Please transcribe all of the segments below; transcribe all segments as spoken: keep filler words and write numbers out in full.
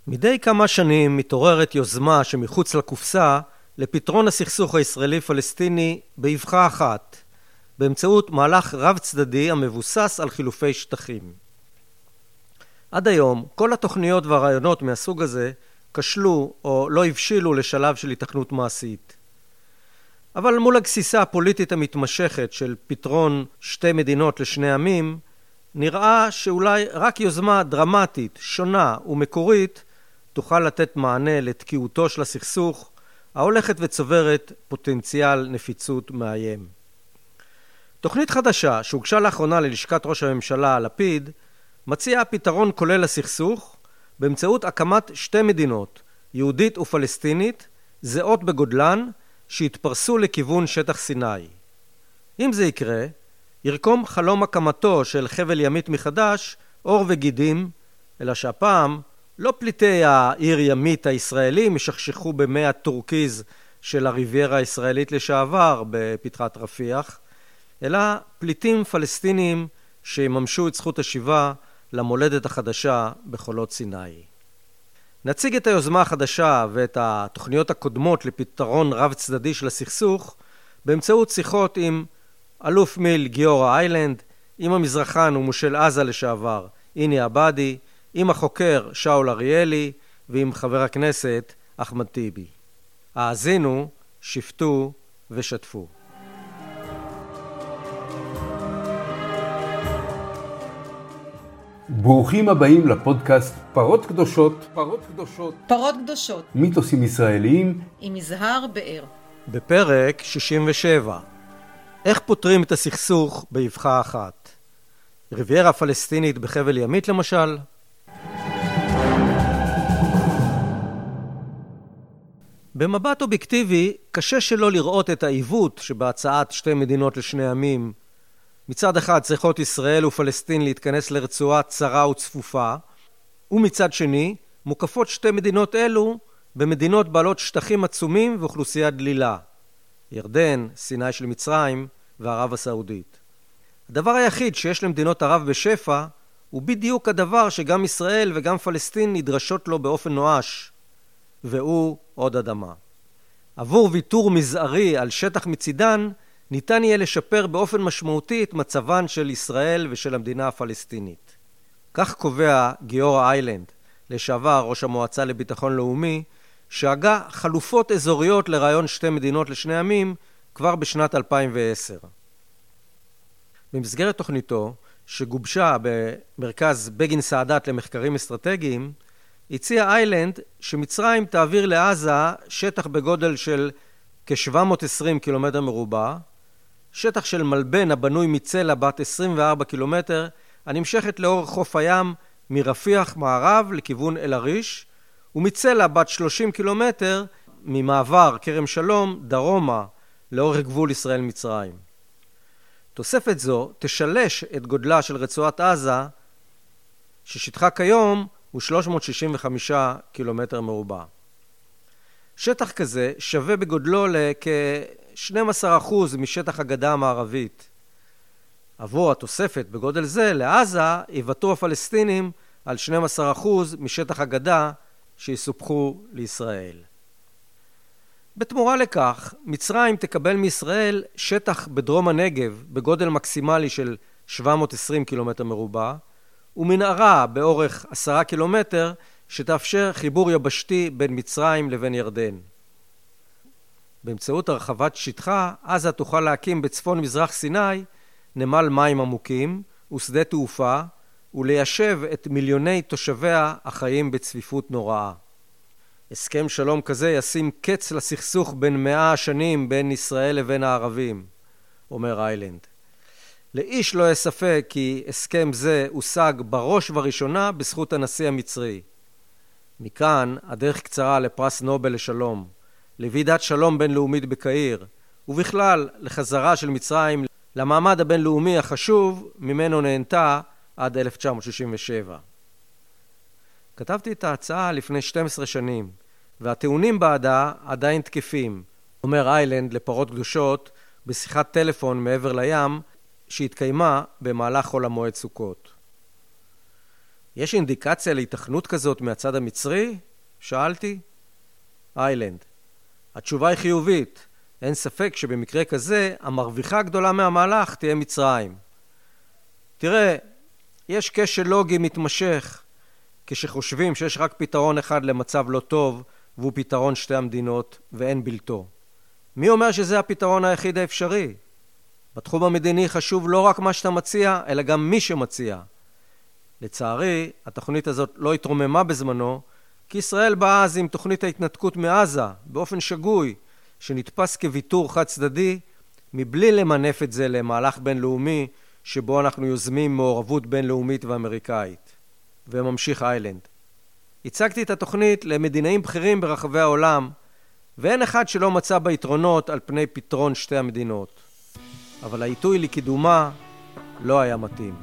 מדי כמה שנים מתעוררת יוזמה שמחוץ לקופסה לפתרון הסכסוך הישראלי-פלסטיני באבחה אחת, באמצעות מהלך רב צדדי המבוסס על חילופי שטחים. עד היום כל התוכניות והרעיונות מהסוג הזה כשלו או לא הבשילו לשלב של התכנות מעשית. אבל מול הגסיסה הפוליטית המתמשכת של פתרון שתי מדינות לשני עמים, נראה שאולי רק יוזמה דרמטית, שונה ומקורית תוכל לתת מענה לתקיעותו של הסכסוך, ההולכת וצוברת פוטנציאל נפיצות מאיים. תוכנית חדשה שהוגשה לאחרונה ללשכת ראש הממשלה לפיד, מציעה פתרון כולל לסכסוך באמצעות הקמת שתי מדינות, יהודית ופלסטינית, זהות בגודלן, שהתפרסו לכיוון שטח סיני. אם זה יקרה, ירקום חלום הקמתו של חבל ימית מחדש, אור וגידים, אלא שהפעם לא פליטי העיר ימית הישראלים ישכשכו במי הטורקיז של הריביירה הישראלית לשעבר בפתחת רפיח, אלא פליטים פלסטינים שיממשו את זכות השיבה למולדת החדשה בחולות סיני. נציג את היוזמה החדשה ואת התוכניות הקודמות לפתרון רב צדדי של הסכסוך באמצעות שיחות עם אלוף מיל גיורא איילנד, עם המזרחן ומושל עזה לשעבר איני עבאדי, עם החוקר שאול אריאלי ועם חבר הכנסת אחמד טיבי. האזינו, שפטו ושתפו. ברוכים הבאים לפודקאסט פרות קדושות, פרות קדושות, פרות קדושות, מיתוסים ישראליים עם יזהר באר. בפרק שישים ושבע, איך פותרים את הסכסוך באבחה אחת? ריביירה פלסטינית בחבל ימית למשל? במבט אובייקטיבי קשה שלא לראות את העיוות שבהצעת שתי מדינות לשני עמים. מצד אחד צריכות ישראל ופלסטין להתכנס לרצועה צרה וצפופה, ומצד שני מוקפות שתי מדינות אלו במדינות בעלות שטחים עצומים ואוכלוסייה דלילה, ירדן, סיני של מצרים וערב הסעודית. הדבר היחיד שיש למדינות ערב בשפע הוא בדיוק הדבר שגם ישראל וגם פלסטין נדרשות לו באופן נואש, והוא עוד אדמה. עבור ויתור מזערי על שטח מצידן ניתן יהיה לשפר באופן משמעותי את מצבן של ישראל ושל המדינה הפלסטינית. כך קובע גיורא איילנד, לשעבר ראש המועצה לביטחון לאומי, שהגה חלופות אזוריות לרעיון שתי מדינות לשני עמים כבר בשנת אלפיים ועשר. במסגרת תוכניתו, שגובשה במרכז בגין סעדת למחקרים אסטרטגיים, הציע איילנד שמצרים תעביר לעזה שטח בגודל של כ-שבע מאות ועשרים קילומטר מרובע, שטח של מלבן הבנוי מצלע בת עשרים וארבעה קילומטר, הנמשכת לאורך חוף הים מרפיח מערב לכיוון אל-עריש, ומצלע בת שלושים קילומטר ממעבר כרם שלום דרומה לאורך גבול ישראל-מצרים. תוספת זו תשלש את גודלה של רצועת עזה, ששטחה כיום הוא שלוש מאות שישים וחמישה קילומטר מרובע. שטח כזה שווה בגודלו לכ-שנים עשר אחוז משטח הגדה המערבית. עבור התוספת בגודל זה לעזה יוותרו הפלסטינים על שנים עשר אחוז משטח הגדה שיסופחו לישראל. בתמורה לכך, מצרים תקבל מישראל שטח בדרום הנגב בגודל מקסימלי של שבע מאות ועשרים קילומטר מרובע, ומנהרה באורך עשרה קילומטר שתאפשר חיבור יבשתי בין מצרים לבין ירדן. באמצעות הרחבת שטחה, עזה תוכל להקים בצפון מזרח סיני נמל מים עמוקים ושדה תעופה, וליישב את מיליוני תושביה החיים בצפיפות נוראה. הסכם שלום כזה ישים קץ לסכסוך בין מאה השנים בין ישראל לבין הערבים, אומר איילנד. לאיש לא יספק כי הסכם זה הושג בראש וראשונה בזכות הנשיא המצרי. מכאן הדרך קצרה לפרס נובל לשלום, לוועידת שלום בינלאומית בקהיר, ובכלל לחזרה של מצרים למעמד הבינלאומי החשוב ממנו נהנתה עד אלף תשע מאות שישים ושבע. כתבתי את ההצעה לפני שתים עשרה שנים, והטיעונים בעדה עדיין תקפים, אומר איילנד לפרות קדושות בשיחת טלפון מעבר לים שהתקיימה במהלך חול המועד סוכות. יש אינדיקציה להתכנות כזאת מהצד המצרי? שאלתי. איילנד. התשובה היא חיובית. אין ספק שבמקרה כזה המרוויחה הגדולה מהמהלך תהיה מצרים. תראה, יש כשל לוגי מתמשך כשחושבים שיש רק פתרון אחד למצב לא טוב והוא פתרון שתי המדינות ואין בלתו. מי אומר שזה הפתרון היחיד האפשרי? בתחום המדיני חשוב לא רק מה שאתה מציע, אלא גם מי שמציע. לצערי, התוכנית הזאת לא התרוממה בזמנו, כי ישראל באה אז עם תוכנית ההתנתקות מעזה, באופן שגוי, שנתפס כוויתור חד צדדי, מבלי למנף את זה למהלך בינלאומי, שבו אנחנו יוזמים מעורבות בינלאומית ואמריקאית. וממשיך איילנד. הצגתי את התוכנית למדינאים בכירים ברחבי העולם, ואין אחד שלא מצא בה יתרונות על פני פתרון שתי המדינות. אבל העיתוי לקידומה לא היה מתאים.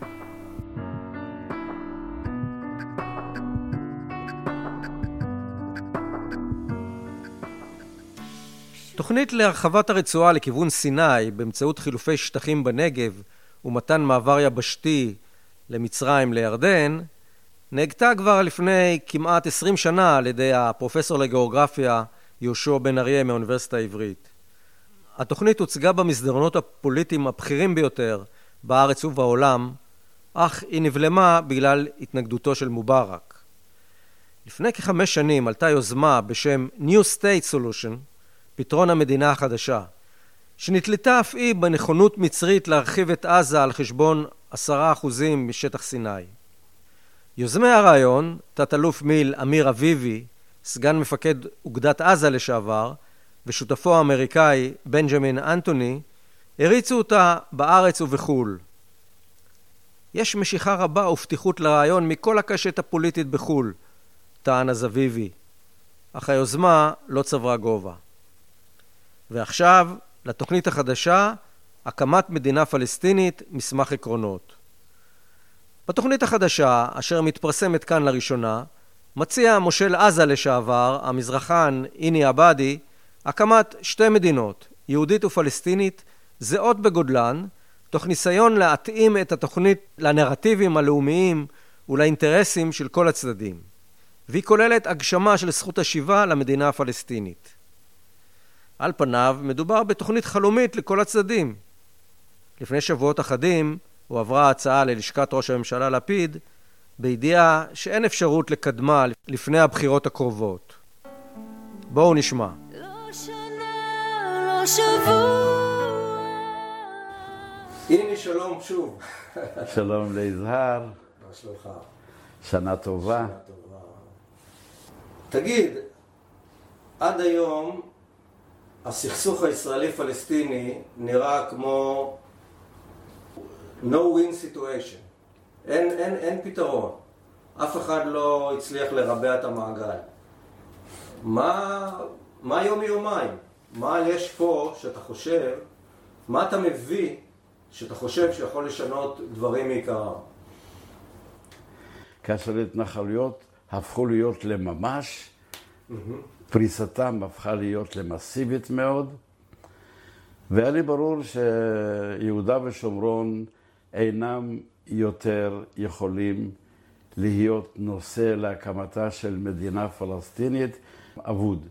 תוכנית להרחבת הרצועה לכיוון סיני באמצעות חילופי שטחים בנגב ומתן מעבר יבשתי למצרים לירדן, נהגתה כבר לפני כמעט עשרים שנה על ידי הפרופסור לגיאוגרפיה יהושע בן אריה מהאוניברסיטה העברית. התוכנית הוצגה במסדרונות הפוליטיים הבכירים ביותר בארץ ובעולם, אך היא נבלמה בגלל התנגדותו של מובארק. לפני כחמש שנים עלתה יוזמה בשם New State Solution, פתרון המדינה החדשה, שנתלתה אף היא בנכונות מצרית להרחיב את עזה על חשבון עשרה אחוזים משטח סיני. יוזמי הרעיון, תת-אלוף מיל אמיר אביבי, סגן מפקד אוגדת עזה לשעבר, ושותפו האמריקאי בנג'מין אנטוני, הריצו אותה בארץ ובחול. יש משיכה רבה ופתיחות לרעיון מכל הקשת הפוליטית בחול, טען אז אביבי, אך היוזמה לא צברה גובה. ועכשיו, לתוכנית החדשה, הקמת מדינה פלסטינית, מסמך עקרונות. בתוכנית החדשה, אשר מתפרסמת כאן לראשונה, מציע מושל עזה לשעבר, המזרחן איני עבאדי, הקמת שתי מדינות, יהודית ופלסטינית, זהות בגודלן, תוך ניסיון להתאים את התוכנית לנרטיבים הלאומיים ולאינטרסים של כל הצדדים. והיא כוללת הגשמה של זכות השיבה למדינה הפלסטינית. על פניו מדובר בתוכנית חלומית לכל הצדדים. לפני שבועות אחדים הועברה ההצעה ללשכת ראש הממשלה לפיד, בידיעה שאין אפשרות לקדמה לפני הבחירות הקרובות. בואו נשמע. לא שנה, לא שבוע. הנה שלום שוב. שלום ליזהר. מה שלומך? שנה טובה. שנה טובה. תגיד, עד היום הסכסוך הישראלי-פלסטיני נראה כמו no-win situation. אין, אין, אין פתרון. אף אחד לא הצליח לרבע את המעגל. מה, מה יום מיומיים? מה יש פה שאתה חושב, מה אתה מביא שאתה חושב שיכול לשנות דברים מעיקרם? כאשר התנחלויות הפכו להיות לממש, mm-hmm. פריסתם הפכה להיות למסיבית מאוד, והיה לי ברור שיהודה ושומרון אינם יותר יכולים להיות נושא להקמתה של מדינה פלסטינית אבוד.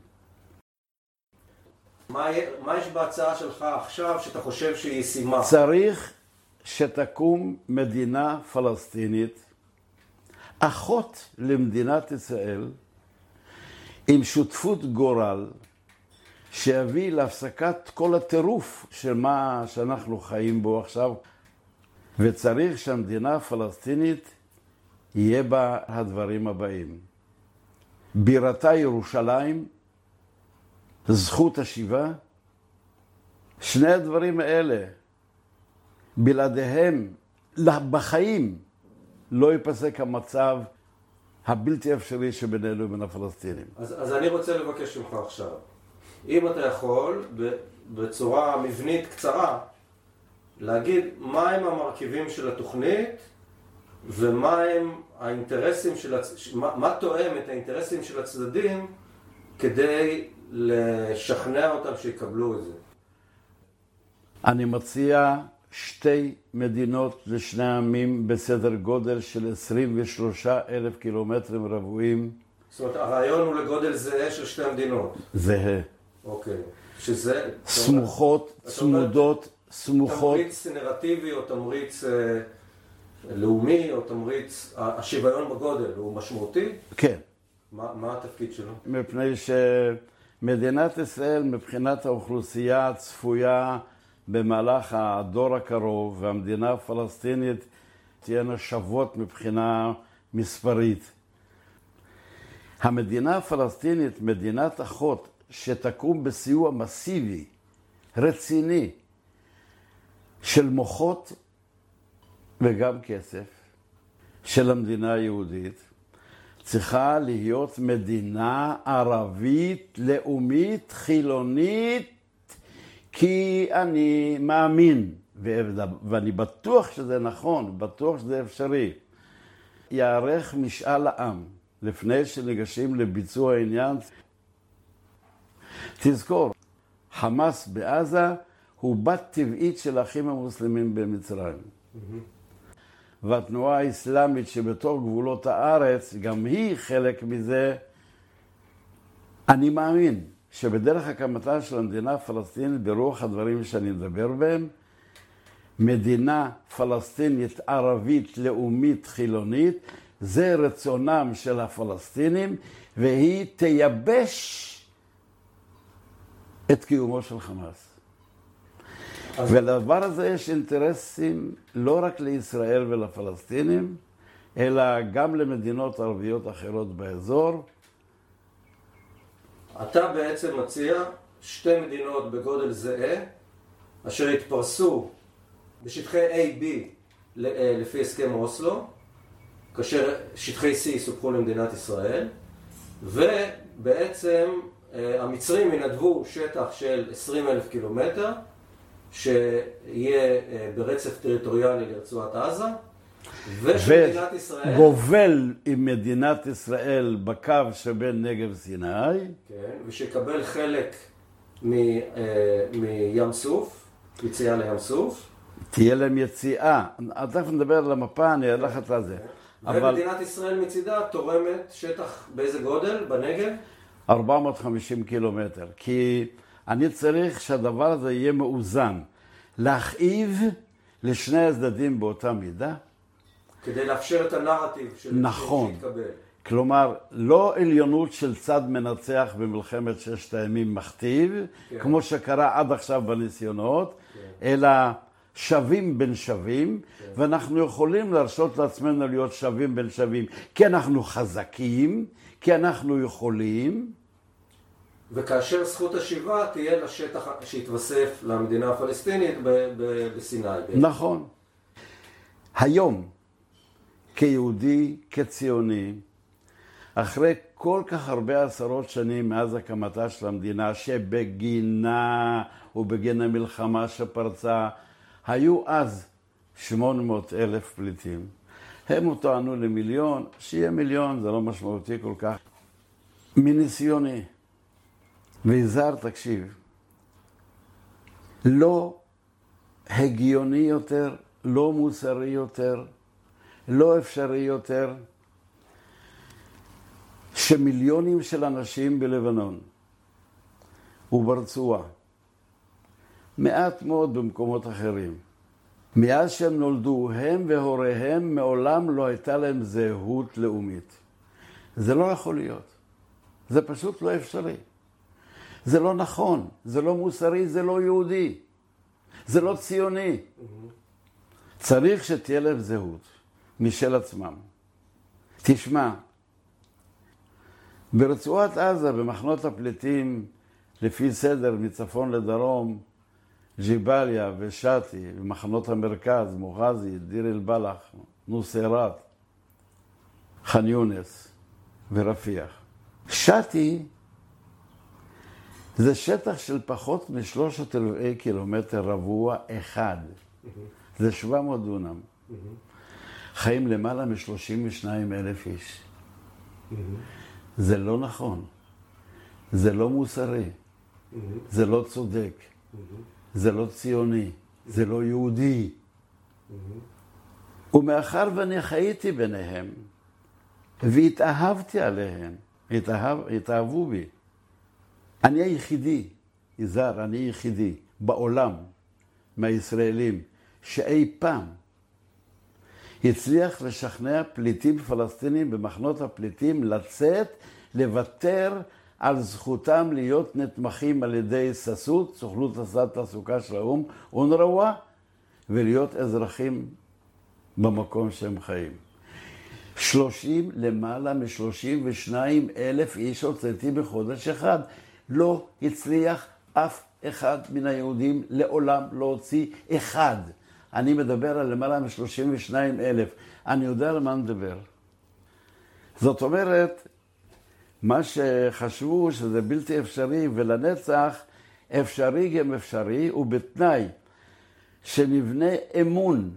מה, מה יש בהצעה שלך עכשיו שאתה חושב שהיא ישימה? צריך שתקום מדינה פלסטינית, אחות למדינת ישראל, עם שותפות גורל, שיביא להפסקת כל הטירוף של מה שאנחנו חיים בו עכשיו, וצריך שהמדינה הפלסטינית יהיה בה הדברים הבאים. בירתה ירושלים, זכות השיבה, שני הדברים האלה, בלעדיהם בחיים לא ייפסק המצב הבלתי אפשרי שבינינו ובין הפלסטינים. אז, אז אני רוצה לבקש ממך עכשיו, אם אתה יכול, בצורה מבנית קצרה, להגיד מהם המרכיבים של התוכנית, ומה הם האינטרסים של הצ... מה, מה תואם את האינטרסים של הצדדים, כדי לשכנע אותם שיקבלו את זה. אני מציע שתי מדינות לשני עמים בסדר גודל של עשרים ושלושה אלף קילומטרים רבועים. זאת אומרת, הרעיון הוא לגודל זהה של שתי המדינות. זהה. אוקיי. שזה... סמוכות, צמודות, סמוכות. תמריץ נרטיבי או תמריץ אה, לאומי או תמריץ... השוויון בגודל הוא משמעותי? כן. מה, מה התפקיד שלו? מפני שמדינת ישראל מבחינת האוכלוסייה צפויה במהלך הדור הקרוב, והמדינה הפלסטינית תהיינה שוות מבחינה מספרית. המדינה הפלסטינית, מדינת אחות, שתקום בסיוע מסיבי, רציני, של מוחות וגם כסף, של המדינה היהודית, צריכה להיות מדינה ערבית, לאומית, חילונית, כי אני מאמין, ואני בטוח שזה נכון, בטוח שזה אפשרי. יערך משאל העם לפני שניגשים לביצוע העניין. תזכור, חמאס בעזה הוא בת טבעית של האחים המוסלמים במצרים. והתנועה האסלאמית שבתוך גבולות הארץ, גם היא חלק מזה. אני מאמין שבדרך הקמתה של המדינה הפלסטינית, ברוח הדברים שאני מדבר בהם, מדינה פלסטינית ערבית לאומית חילונית, זה רצונם של הפלסטינים, והיא תייבש את קיומו של חמאס. ולדבר הזה יש אינטרסים לא רק לישראל ולפלסטינים, אלא גם למדינות ערביות אחרות באזור. אתה בעצם מציע שתי מדינות בגודל זהה, אשר התפרסו בשטחי A B לפי הסכם אוסלו, כאשר שטחי C סופחו למדינת ישראל, ובעצם המצרים ינדבו שטח של עשרים אלף קילומטר, שיהיה ברצף טריטוריאלי לרצועת עזה, ושמדינת ישראל... וגובל עם מדינת ישראל בקו שבין נגב סיני. כן, ושיקבל חלק מ, אה, מים סוף, יציאה לים סוף. תהיה להם יציאה. תכף נדבר על המפה, אני אלך את זה. אבל... ומדינת ישראל מצידה תורמת שטח באיזה גודל בנגב? ארבע מאות וחמישים קילומטר. כי אני צריך שהדבר הזה יהיה מאוזן. להכאיב לשני הצדדים באותה מידה. כדי לאפשר את הנרטיב של נכון. שיתקבל. כלומר, לא עליונות של צד מנצח במלחמת ששת הימים מכתיב, כן. כמו שקרה עד עכשיו בניסיונות, כן. אלא שווים בין שווים, כן. ואנחנו יכולים להרשות לעצמנו להיות שווים בין שווים, כי אנחנו חזקים, כי אנחנו יכולים. וכאשר זכות השיבה תהיה לשטח שהתווסף למדינה הפלסטינית בסיני. נכון. היום, כיהודי, כציוני, אחרי כל כך הרבה עשרות שנים מאז הקמתה של המדינה, שבגינה ובגין המלחמה שפרצה, היו אז שמונה מאות אלף פליטים. הם טוענו למיליון, שיהיה מיליון, זה לא משמעותי כל כך. מניסיוני, ויזהר תקשיב, לא הגיוני יותר, לא מוסרי יותר, לא אפשרי יותר, שמיליונים של אנשים בלבנון וברצועה, מעט מאוד במקומות אחרים, מאז שהם נולדו, הם והוריהם מעולם לא הייתה להם זהות לאומית. זה לא יכול להיות. זה פשוט לא אפשרי. זה לא נכון, זה לא מוסרי, זה לא יהודי. זה לא ציוני. צריך שתהיה להם זהות משל עצמם. תשמע, ברצועת עזה, במחנות הפליטים, לפי סדר מצפון לדרום, ג'יבליה ושאטי, במחנות המרכז, מוחזי, דיר אל-בלח, נוסיירת, ח'אן יונס ורפיח. שאטי זה שטח של פחות משלושת רבעי קילומטר רבוע אחד. זה שבע מאות דונם. חיים למעלה מ-שלושים ושניים אלף איש. זה לא נכון. זה לא מוסרי. זה לא צודק. זה לא ציוני. זה לא יהודי. ומאחר ואני חייתי ביניהם, והתאהבתי עליהם, התאהב, התאהבו בי. אני היחידי, יזהר, אני היחידי בעולם מהישראלים שאי פעם הצליח לשכנע פליטים פלסטינים במחנות הפליטים לצאת, לוותר על זכותם להיות נתמכים על ידי ססות, סוכנות הסעד תעסוקה של האו"ם, אונר"א, ולהיות אזרחים במקום שהם חיים. שלושים, למעלה מ-שלושים ושניים אלף איש הוצאתי בחודש אחד. לא הצליח אף אחד מן היהודים לעולם להוציא אחד. אני מדבר על למעלה מ-שלושים ושניים אלף. אני יודע על מה מדבר. זאת אומרת, מה שחשבו שזה בלתי אפשרי ולנצח, אפשרי גם אפשרי, ובתנאי שנבנה אמון,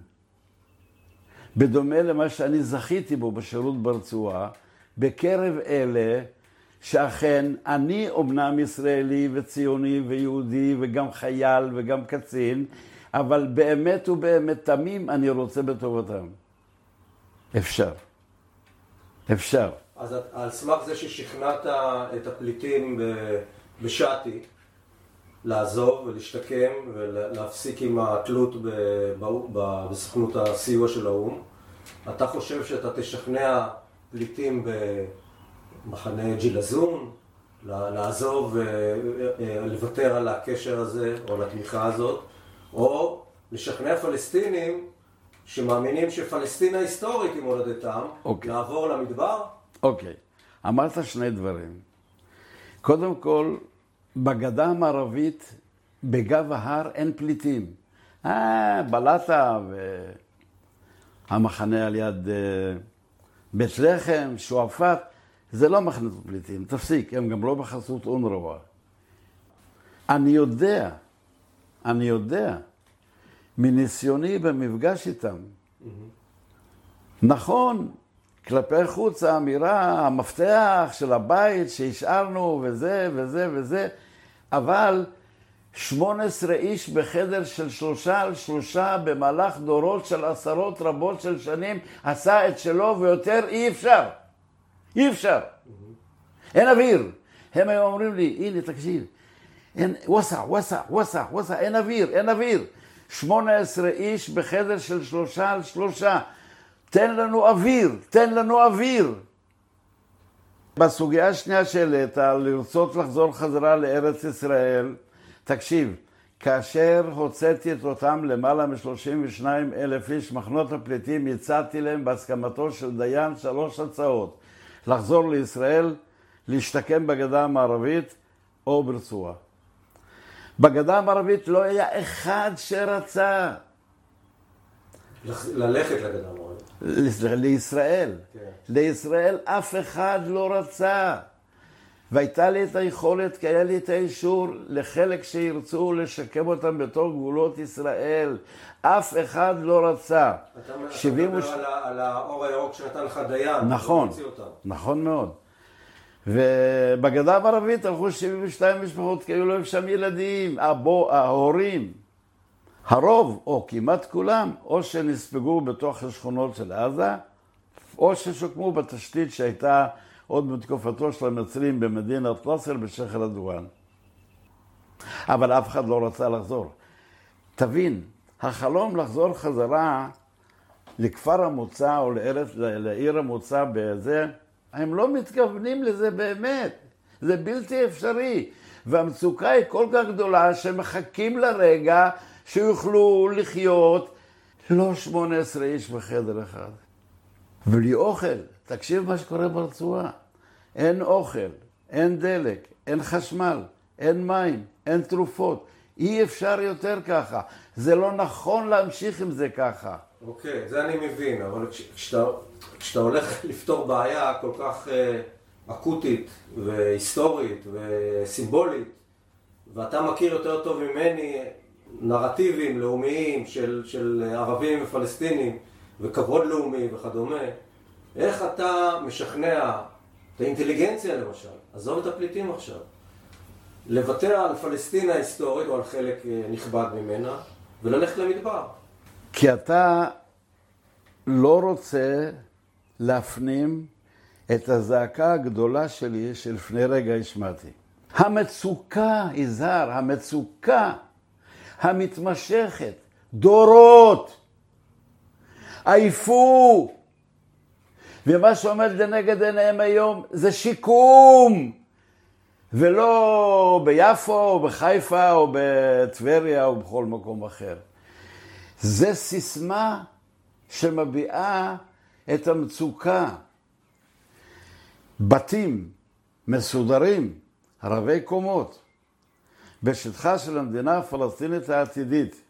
בדומה למה שאני זכיתי בו בשירות ברצועה, בקרב אלה שאכן אני אומנם ישראלי וציוני ויהודי וגם חייל וגם קצין, אבל באמת ובאמת תמים אני רוצה בטובתם. אפשר. אפשר. אז על סמך זה ששכנעת את הפליטים בשעתי לעזוב ולהשתקם ולהפסיק עם התלות בסוכנות הסיוע של האו"ם, אתה חושב שאתה תשכנע פליטים במחנה ג'ילזון לעזוב ולוותר על הקשר הזה או על התמיכה הזאת, או לשכנע פלסטינים שמאמינים שפלסטין ההיסטורית היא מולדתם, okay. לעבור למדבר? אוקיי, okay. אמרת שני דברים. קודם כל, בגדה המערבית, בגב ההר, אין פליטים. אה, בלטה והמחנה על יד בית לחם, שועפאט, זה לא מחנות פליטים, תפסיק, הם גם לא בחסות אונר"א. אני יודע, אני יודע, מניסיוני במפגש איתם. Mm-hmm. נכון, כלפי חוץ האמירה, המפתח של הבית שהשארנו וזה וזה וזה, אבל שמונה עשרה איש בחדר של שלושה על שלושה במהלך דורות של עשרות רבות של שנים עשה את שלו ויותר אי אפשר. אי אפשר. Mm-hmm. אין אוויר. הם היו אומרים לי, הנה תקשיב, אין, וסע, וסע, וסע, וסע, אין אוויר, אין אוויר. שמונה עשרה איש בחדר של שלושה על שלושה. תן לנו אוויר, תן לנו אוויר. בסוגיה השנייה שהעלית, לרצות לחזור חזרה לארץ ישראל, תקשיב, כאשר הוצאתי את אותם למעלה מ-שלושים ושניים אלף איש מחנות הפליטים, הצעתי להם בהסכמתו של דיין שלוש הצעות. לחזור לישראל, להשתקם בגדה המערבית או ברצועה. בגדה המערבית לא היה אחד שרצה. ללכת לגדה המערבית. לישראל. כן. לישראל אף אחד לא רצה. והייתה לי את היכולת, כי היה לי את האישור לחלק שירצו לשקם אותם בתור גבולות ישראל. אף אחד לא רצה. אתה מדבר וש... על, על האור הירוק שנתן לך דיין. נכון, נכון מאוד. ובגדה המערבית הלכו שבעים ושתיים משפחות, כי היו להם שם ילדים, הבו, ההורים. הרוב, או כמעט כולם, או שנספגו בתוך השכונות של עזה, או ששוקמו בתשתית שהייתה עוד בתקופתו של המצרים במדינת נאסר בשייח' א-דואן. אבל אף אחד לא רצה לחזור. תבין, החלום לחזור חזרה לכפר המוצא או לארץ, לעיר המוצא בזה, הם לא מתכוונים לזה באמת. זה בלתי אפשרי. והמצוקה היא כל כך גדולה שמחכים לרגע שיוכלו לחיות לא שמונה עשרה איש בחדר אחד. בלי אוכל, תקשיב מה שקורה ברצועה. אין אוכל, אין דלק, אין חשמל, אין מים, אין תרופות. אי אפשר יותר ככה. זה לא נכון להמשיך עם זה ככה. אוקיי, זה אני מבין, אבל כשאתה, כשאתה הולך לפתור בעיה כל כך אה, אקוטית והיסטורית וסימבולית, ואתה מכיר יותר טוב ממני נרטיבים לאומיים של, של ערבים ופלסטינים וכבוד לאומי וכדומה, איך אתה משכנע את האינטליגנציה למשל, עזוב את הפליטים עכשיו, לוותר על פלסטין ההיסטורית או על חלק נכבד ממנה, וללכת למדבר. כי אתה לא רוצה להפנים את הזעקה הגדולה שלי שלפני רגע השמעתי. המצוקה, יזהר, המצוקה המתמשכת, דורות, עייפו, ומה שעומד לנגד עיניהם היום זה שיקום, ולא ביפו או בחיפה או בטבריה או בכל מקום אחר. זה סיסמה שמביעה את המצוקה. בתים מסודרים, רבי קומות, בשטחה של המדינה הפלסטינית העתידית,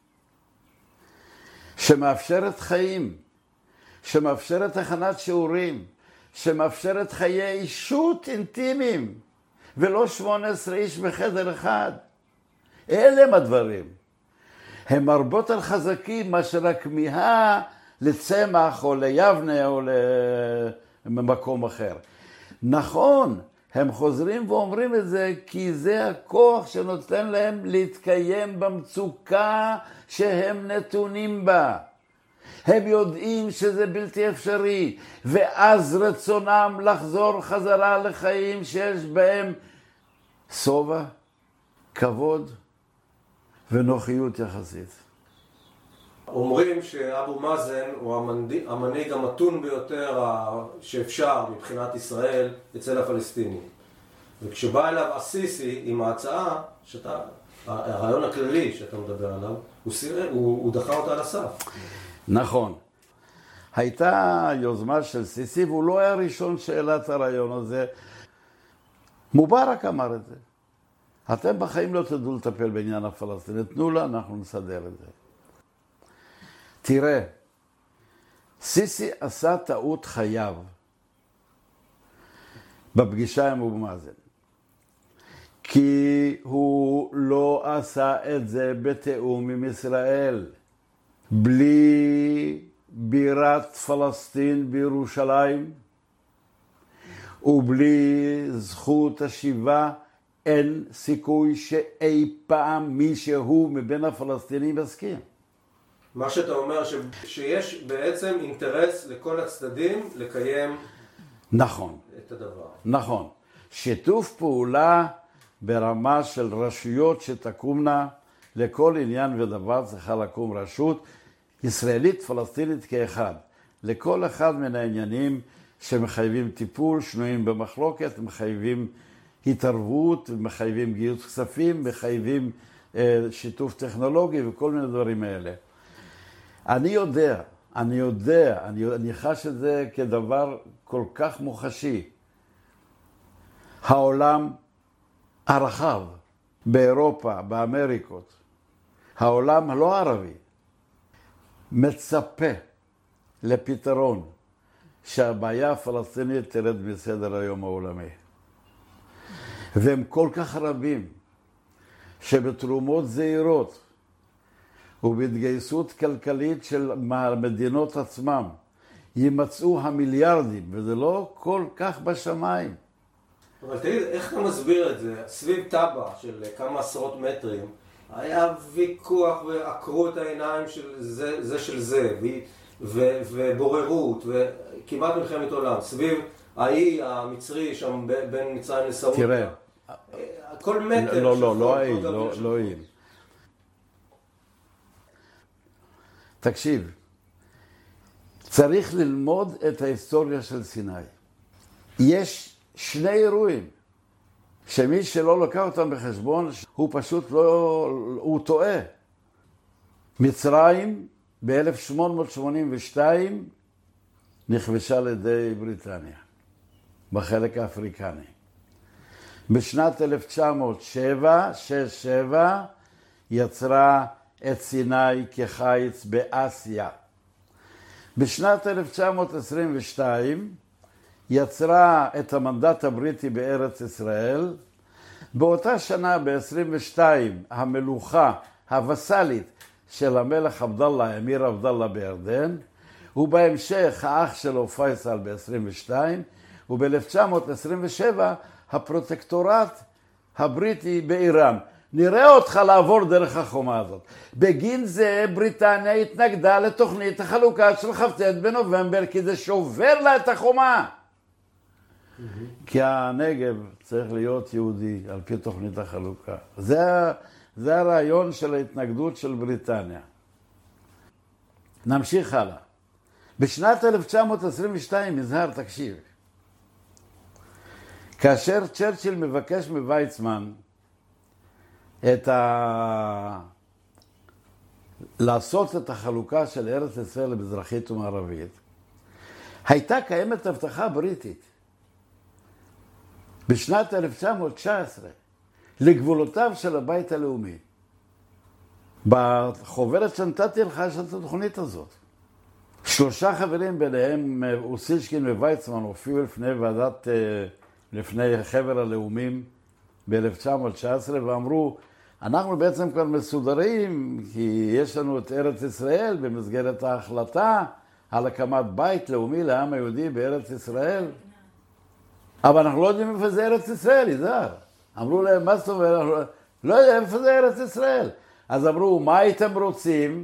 שמאפשרת חיים, שמאפשרת הכנת שיעורים, שמאפשרת חיי אישות אינטימיים, ולא שמונה עשרה איש בחדר אחד. אלה הם הדברים. הם הרבה יותר חזקים מאשר הכמיהה לצמח או ליבנה או למקום אחר. נכון, הם חוזרים ואומרים את זה כי זה הכוח שנותן להם להתקיים במצוקה שהם נתונים בה. הם יודעים שזה בלתי אפשרי, ואז רצונם לחזור חזרה לחיים שיש בהם סובה, כבוד ונוחיות יחסית. אומרים שאבו מאזן הוא המנהיג המתון ביותר שאפשר מבחינת ישראל אצל הפלסטינים. וכשבא אליו הסיסי עם ההצעה, שאתה, הרעיון הכללי שאתה מדבר עליו, הוא, סירב, הוא, הוא דחה אותה על הסף. נכון. הייתה יוזמה של סיסי, והוא לא היה הראשון שהעלה את הרעיון הזה. מובארק אמר את זה. אתם בחיים לא תדעו לטפל בעניין הפלסטיני, תנו לה, אנחנו נסדר את זה. תראה, סיסי עשה טעות חייו בפגישה עם אבו מאזן, כי הוא לא עשה את זה בתיאום עם ישראל, בלי בירת פלסטין בירושלים, ובלי זכות השיבה, אין סיכוי שאי פעם מישהו מבין הפלסטינים יסכים. מה שאתה אומר, ש... שיש בעצם אינטרס לכל הצדדים לקיים נכון. את הדבר. נכון. שיתוף פעולה ברמה של רשויות שתקומנה לכל עניין ודבר, צריכה לקום רשות ישראלית פלסטינית כאחד. לכל אחד מן העניינים שמחייבים טיפול, שנויים במחלוקת, מחייבים התערבות, מחייבים גיוס כספים, מחייבים אה, שיתוף טכנולוגי וכל מיני דברים האלה. אני יודע, אני יודע, אני, אני חש את זה כדבר כל כך מוחשי. העולם הרחב, באירופה, באמריקות, העולם הלא ערבי, מצפה לפתרון שהבעיה הפלסטינית תרד מסדר היום העולמי. והם כל כך רבים שבתרומות זהירות ובהתגייסות כלכלית של המדינות עצמם יימצאו המיליארדים, וזה לא כל כך בשמיים. אבל תגיד, איך אתה מסביר את זה? סביב טבע של כמה עשרות מטרים, היה ויכוח ועקרו את העיניים של זה, זה של זה, ו, ו, ובוררות, וכמעט מלחמת עולם. סביב האי המצרי שם בין מצרים לסעודיה. תראה. כל מטר. לא, לא, לא האי, לא, לא האי. תקשיב, צריך ללמוד את ההיסטוריה של סיני. יש שני אירועים שמי שלא לוקח אותם בחשבון, הוא פשוט לא, הוא טועה. מצרים ב-אלף שמונה מאות שמונים ושתיים נכבשה על ידי בריטניה, בחלק האפריקני. בשנת אלף תשע מאות שבע, שש שבע, יצרה את סיני כחיץ באסיה. בשנת אלף תשע מאות עשרים ושתיים יצרה את המנדט הבריטי בארץ ישראל. באותה שנה, ב-עשרים ושתיים, המלוכה הווסלית של המלך עבדאללה, אמיר עבדאללה בירדן, ובהמשך האח שלו פייסל ב-עשרים ושתיים, וב-אלף תשע מאות עשרים ושבע הפרוטקטורט הבריטי באיראן. נראה אותך לעבור דרך החומה הזאת. בגין זה בריטניה התנגדה לתוכנית החלוקה של כ"ט בנובמבר, כי זה שובר לה את החומה. Mm-hmm. כי הנגב צריך להיות יהודי על פי תוכנית החלוקה. זה, זה הרעיון של ההתנגדות של בריטניה. נמשיך הלאה. בשנת אלף תשע מאות עשרים ושתיים, מזהר, תקשיב. כאשר צ'רצ'יל מבקש מוויצמן את ה... לעשות את החלוקה של ארץ ישראל למזרחית ומערבית, הייתה קיימת הבטחה בריטית בשנת אלף תשע מאות תשע עשרה לגבולותיו של הבית הלאומי. בחוברת שנתתי לך יש את התוכנית הזאת. שלושה חברים ביניהם, אוסישקין וויצמן, הופיעו לפני ועדת, לפני חבר הלאומים ב-אלף תשע מאות תשע עשרה ואמרו, אנחנו בעצם כבר מסודרים, כי יש לנו את ארץ ישראל במסגרת ההחלטה על הקמת בית לאומי לעם היהודי בארץ ישראל. אבל אנחנו לא יודעים איפה זה ארץ ישראל, יזהר. אמרו להם, מה זאת אומרת? לא יודעים איפה זה ארץ ישראל. אז אמרו, מה הייתם רוצים?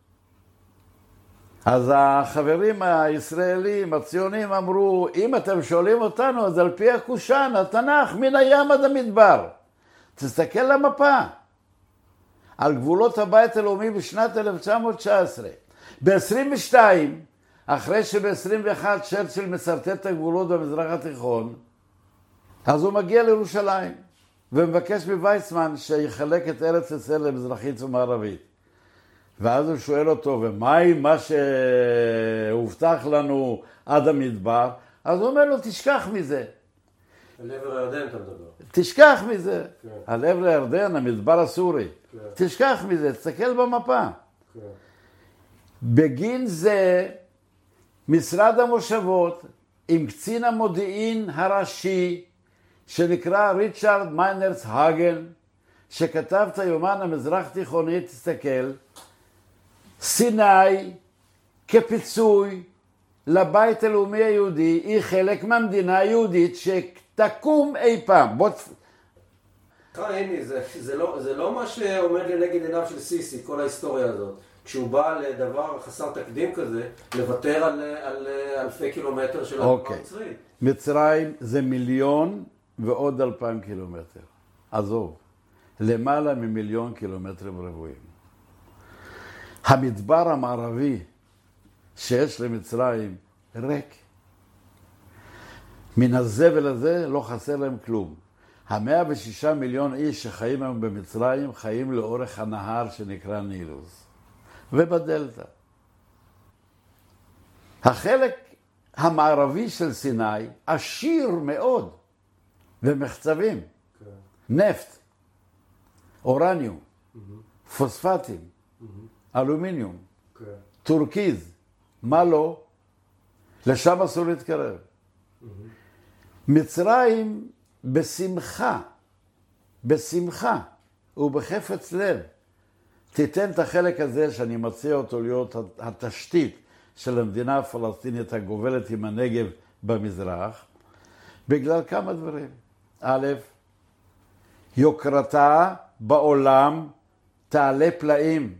אז החברים הישראלים, הציונים, אמרו, אם אתם שואלים אותנו, אז על פי הקושאן, התנ"ך, מן הים עד המדבר. תסתכל למפה. על גבולות הבית הלאומי בשנת אלף תשע מאות תשע עשרה. ב-עשרים ושתיים, אחרי שב-עשרים ואחת צ'רצ'יל מסרטט את הגבולות במזרח התיכון, אז הוא מגיע לירושלים, ומבקש מוויצמן שיחלק את ארץ ישראל למזרחית ומערבית. ואז הוא שואל אותו, ומה עם מה שהובטח לנו עד המדבר? אז הוא אומר לו, תשכח מזה. על עבר הירדן אתה מדבר. תשכח מזה. כן. על עבר הירדן, המדבר הסורי. כן. תשכח מזה, תסתכל במפה. כן. בגין זה, משרד המושבות, עם קצין המודיעין הראשי, שנקרא ריצ'רד מיינרס הגן, שכתב את היומן המזרח תיכוני, תסתכל, סיני כפיצוי לבית הלאומי היהודי היא חלק מהמדינה היהודית שתקום אי פעם. בוא... הנה, זה, זה, לא, זה לא מה שעומד לנגד עיניו של סיסי, כל ההיסטוריה הזאת. כשהוא בא לדבר חסר תקדים כזה, לוותר על, על אלפי קילומטר של אוקיי. התנועה המצרית. מצרים זה מיליון ועוד אלפיים קילומטר. עזוב, למעלה ממיליון קילומטרים רבועים. המדבר המערבי שיש למצרים ריק. מן הזבל הזה לא חסר להם כלום. המאה ושישה מיליון איש שחיים היום במצרים חיים לאורך הנהר שנקרא נילוס. ובדלטה. החלק המערבי של סיני עשיר מאוד במחצבים, okay. נפט, אורניום, mm-hmm. פוספטים, mm-hmm. אלומיניום, okay. טורקיז, מה לא? לשם אסור להתקרב. Mm-hmm. מצרים בשמחה, בשמחה ובחפץ לב, תיתן את החלק הזה שאני מציע אותו להיות התשתית של המדינה הפלסטינית הגובלת עם הנגב במזרח, בגלל כמה דברים. א', יוקרתה בעולם תעלה פלאים.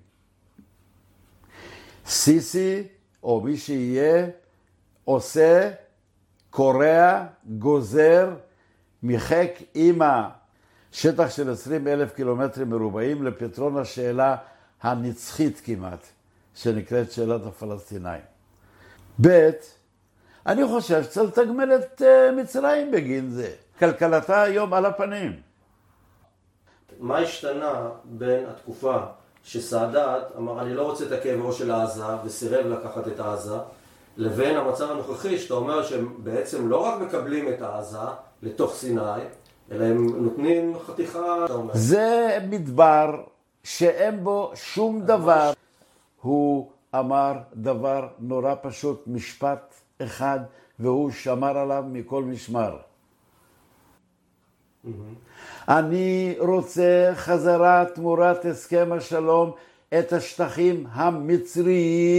סיסי, או מי שיהיה, עושה, קורע, גוזר, מחק עם השטח של עשרים אלף קילומטרים מרובעים לפתרון השאלה הנצחית כמעט, שנקראת שאלת הפלסטינאים. ב', אני חושב שצריך לתגמל את מצרים בגין זה. כלכלתה היום על הפנים. מה השתנה בין התקופה שסאדאת אמר אני לא רוצה את הכאב ראש של העזה וסירב לקחת את העזה, לבין המצב הנוכחי שאתה אומר שהם בעצם לא רק מקבלים את העזה לתוך סיני, אלא הם נותנים חתיכה. זה מדבר שאין בו שום דבר. הוא אמר דבר נורא פשוט, משפט אחד, והוא שמר עליו מכל משמר. אני רוצה חזרה תמורת הסכם השלום את השטחים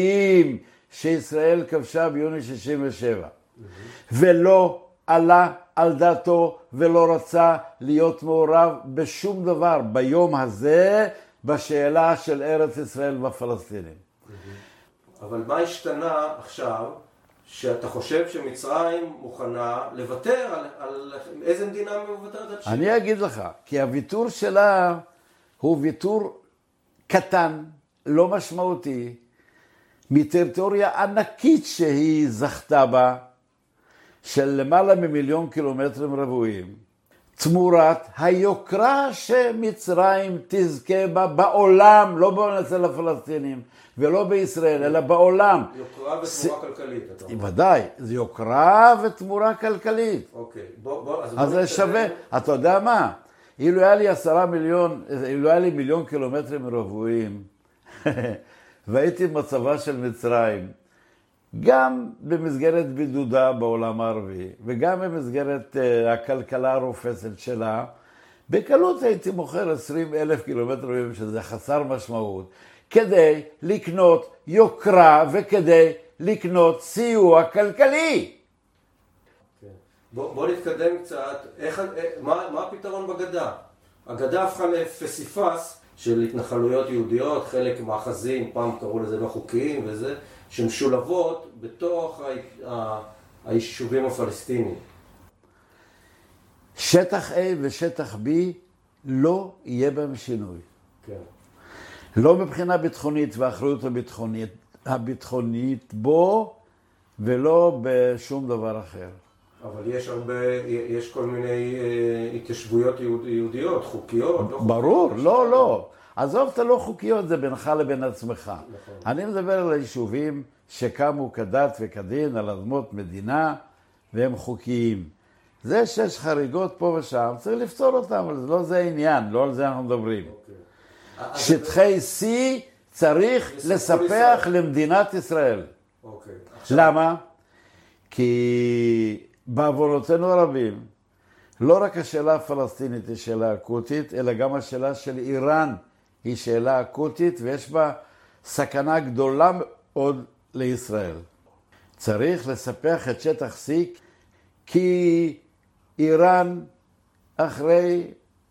המצריים שישראל כבשה ביוני שישים ושבע. ולא עלה על דעתו ולא רצה להיות מעורב בשום דבר ביום הזה בשאלה של ארץ ישראל והפלסטינים. אבל מה השתנה עכשיו שאתה חושב שמצרים מוכנה לוותר על, על איזה מדינה מוותרת על שלה? אני אגיד לך, כי הוויתור שלה הוא ויתור קטן, לא משמעותי, מטריטוריה ענקית שהיא זכתה בה, של למעלה ממיליון קילומטרים רבועים, תמורת היוקרה שמצרים תזכה בה בעולם, לא אצל הפלסטינים ולא בישראל, אלא בעולם. יוקרה ותמורה כלכלית, אתה אומר. ודאי, זה יוקרה ותמורה כלכלית. אוקיי, בוא, בוא, אז זה שווה, אתה יודע מה? אילו היה לי עשרה מיליון, אילו היה לי מיליון קילומטרים רבועים, והייתי במצבה של מצרים, גם במסגרת בידודה בעולם הערבי, וגם במסגרת uh, הכלכלה הרופסת שלה, בקלות הייתי מוכר עשרים אלף קילומטרים, שזה חסר משמעות, כדי לקנות יוקרה וכדי לקנות סיוע כלכלי. בוא, בוא נתקדם קצת, איך, מה, מה הפתרון בגדה? הגדה הפכה לפסיפס של התנחלויות יהודיות, חלק מאחזים, פעם קראו לזה לא חוקיים וזה, שמשולבות בתוך ה, ה, היישובים הפלסטיניים. שטח A ושטח B לא יהיה בהם שינוי. כן. לא מבחינה ביטחונית והאחריות הביטחונית, הביטחונית בו, ולא בשום דבר אחר. אבל יש הרבה, יש כל מיני אה, התיישבויות יהוד, יהודיות, חוקיות, לא ברור, חוקיות. לא, לא. עזוב את הלא חוקיות, זה בינך לבין עצמך. נכון. אני מדבר על היישובים שקמו כדת וכדין על אדמות מדינה, והם חוקיים. זה שיש חריגות פה ושם, צריך לפתור אותם, אבל לא זה העניין, לא על זה אנחנו מדברים. אוקיי. שטחי C צריך לספח למדינת ישראל. אוקיי. למה? כי בעוונותינו הרבים, לא רק השאלה הפלסטינית היא שאלה אקוטית, אלא גם השאלה של איראן היא שאלה אקוטית, ויש בה סכנה גדולה מאוד לישראל. צריך לספח את שטח C, כי איראן אחרי,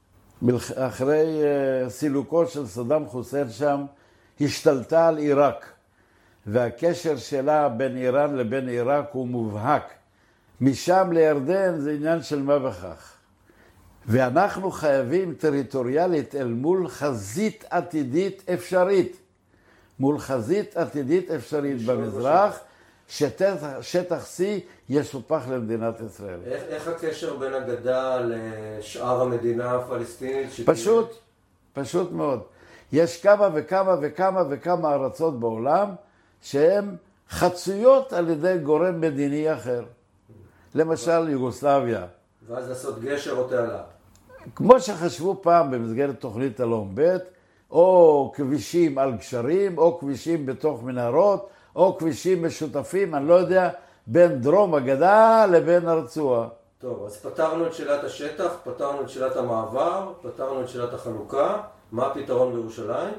אחרי סילוקו של סדאם חוסיין שם, השתלטה על עיראק. והקשר שלה בין איראן לבין עיראק הוא מובהק. משם לירדן זה עניין של מה בכך. ואנחנו חייבים טריטוריאלית אל מול חזית עתידית אפשרית. מול חזית עתידית אפשרית במזרח, שטח, שטח C יסופח למדינת ישראל. איך, איך הקשר בין הגדה לשאר המדינה הפלסטינית? פשוט, פשוט מאוד. יש כמה וכמה וכמה וכמה ארצות בעולם, שהן חצויות על ידי גורם מדיני אחר. למשל יוגוסלביה. ואז לעשות גשר או תעלה. כמו שחשבו פעם במסגרת תוכנית אלון ב', או כבישים על גשרים, או כבישים בתוך מנהרות, או כבישים משותפים, אני לא יודע, בין דרום הגדה לבין הרצועה. טוב, אז פתרנו את שאלת השטח, פתרנו את שאלת המעבר, פתרנו את שאלת החלוקה. מה הפתרון בירושלים?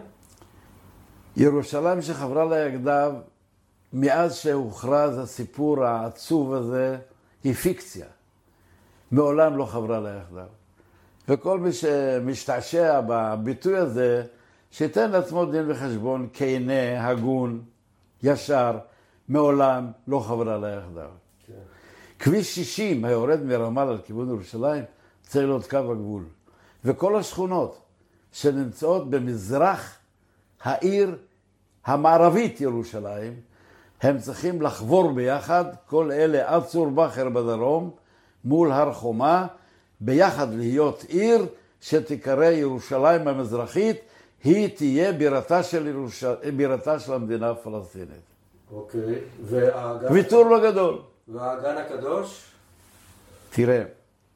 ירושלים שחברה לה יחדיו, מאז שהוכרז הסיפור העצוב הזה, היא פיקציה. מעולם לא חברה לה יחדיו. וכל מי שמשתעשע בביטוי הזה, שיתן לעצמו דין וחשבון, כנה, הגון, ישר, מעולם לא חברה לה יחדיו. כן. כביש שישים, היורד מרמאללה לכיוון ירושלים, צריך להיות קו הגבול. וכל השכונות שנמצאות במזרח העיר המערבית ירושלים, הם צריכים לחבור ביחד, כל אלה עד צור בחר בדרום, מול הר חומה, ביחד להיות עיר שתיקרא ירושלים המזרחית, היא תהיה בירתה של, ירוש... בירתה של המדינה הפלסטינית. אוקיי, והאגן... ויתור לא גדול. והאגן הקדוש? תראה,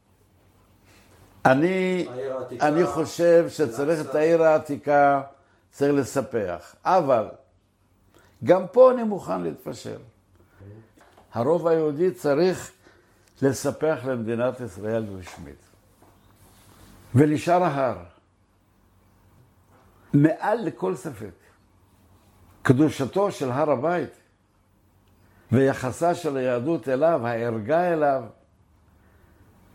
אני, אני חושב שצריך את העיר העתיקה, צריך לספח. אבל גם פה אני מוכן להתפשר. הרוב היהודי צריך לספח למדינת ישראל רשמית. ולשאר ההר, מעל לכל ספק, קדושתו של הר הבית ויחסה של היהדות אליו, הערגה אליו,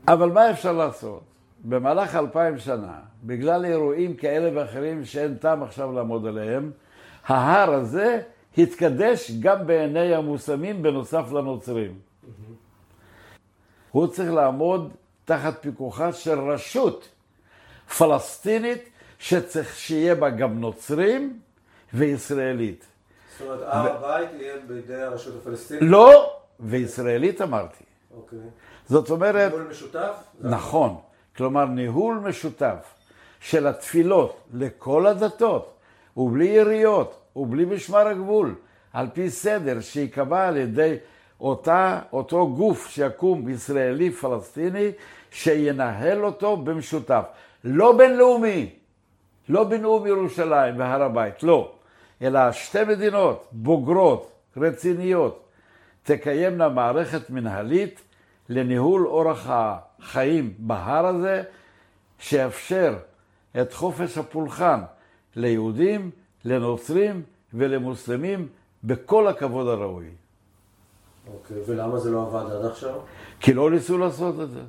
אבל מה אפשר לעשות? במהלך אלפיים שנה, בגלל אירועים כאלה ואחרים שאין טעם עכשיו לעמוד עליהם, ההר הזה התקדש גם בעיני המוסלמים בנוסף לנוצרים. Mm-hmm. הוא צריך לעמוד תחת פיקוחה של רשות פלסטינית שצריך שיהיה בה גם נוצרים וישראלית. זאת אומרת, הר הבית יהיה בידי הרשות הפלסטינית? לא, וישראלית אמרתי. אוקיי. זאת אומרת... ניהול משותף? נכון. כלומר, ניהול משותף של התפילות לכל הדתות, ובלי יריות, ובלי משמר הגבול, על פי סדר שיקבע על ידי אותה, אותו גוף שיקום ישראלי פלסטיני, שינהל אותו במשותף. לא בינלאומי, לא בנאום ירושלים והר הבית, לא. אלא שתי מדינות בוגרות, רציניות, תקיימנה מערכת מנהלית לניהול אורח החיים בהר הזה, שיאפשר את חופש הפולחן ליהודים, לנוצרים ולמוסלמים בכל הכבוד הראוי. אוקיי, ולמה זה לא עבד עד עכשיו? כי לא ניסו לעשות את זה.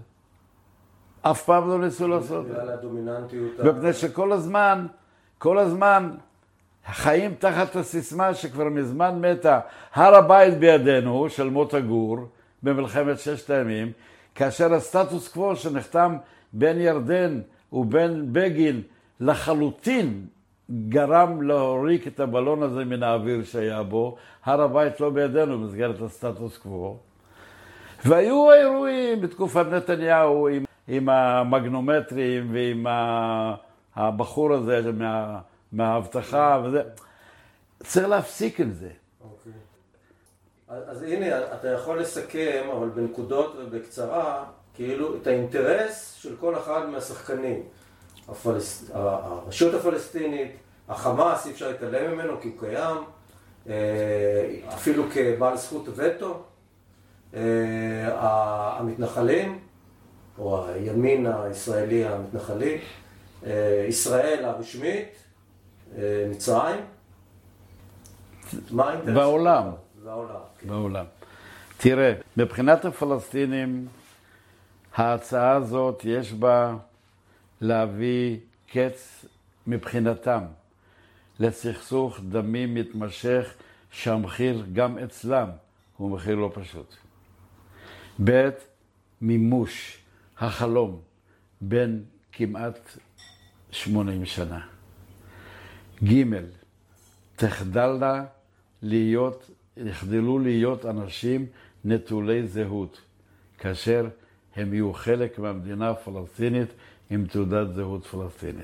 אף פעם לא ניסו לעשות את זה. בגלל הדומיננטיות. מפני שכל הזמן, כל הזמן, חיים תחת הסיסמה שכבר מזמן מתה, הר הבית בידינו של מוטה גור במלחמת ששת הימים, כאשר הסטטוס קוו שנחתם בין ירדן ובין בגין לחלוטין גרם להוריק את הבלון הזה מן האוויר שהיה בו, הר הבית לא בידינו במסגרת הסטטוס קוו. והיו האירועים בתקופת נתניהו עם, עם המגנומטרים ועם הבחור הזה מה, מההבטחה וזה. צריך להפסיק עם זה. אוקיי. אז הנה, אתה יכול לסכם, אבל בנקודות ובקצרה, כאילו את האינטרס של כל אחד מהשחקנים. הפלס... הרשות הפלסטינית, החמאס, אי אפשר להתעלם ממנו כי הוא קיים, אפילו כבעל זכות וטו, המתנחלים, או הימין הישראלי המתנחלי, ישראל הרשמית, מצרים, מה האינטרס? בעולם. בעולם. כן. בעולם. תראה, מבחינת הפלסטינים, ההצעה הזאת יש בה להביא קץ מבחינתם לסכסוך דמים מתמשך שהמחיר גם אצלם הוא מחיר לא פשוט. ב' מימוש החלום בין כמעט שמונים שנה. ג' תחדלנה להיות, יחדלו להיות אנשים נטולי זהות, כאשר הם יהיו חלק מהמדינה הפלסטינית עם תעודת זהות פלסטינית.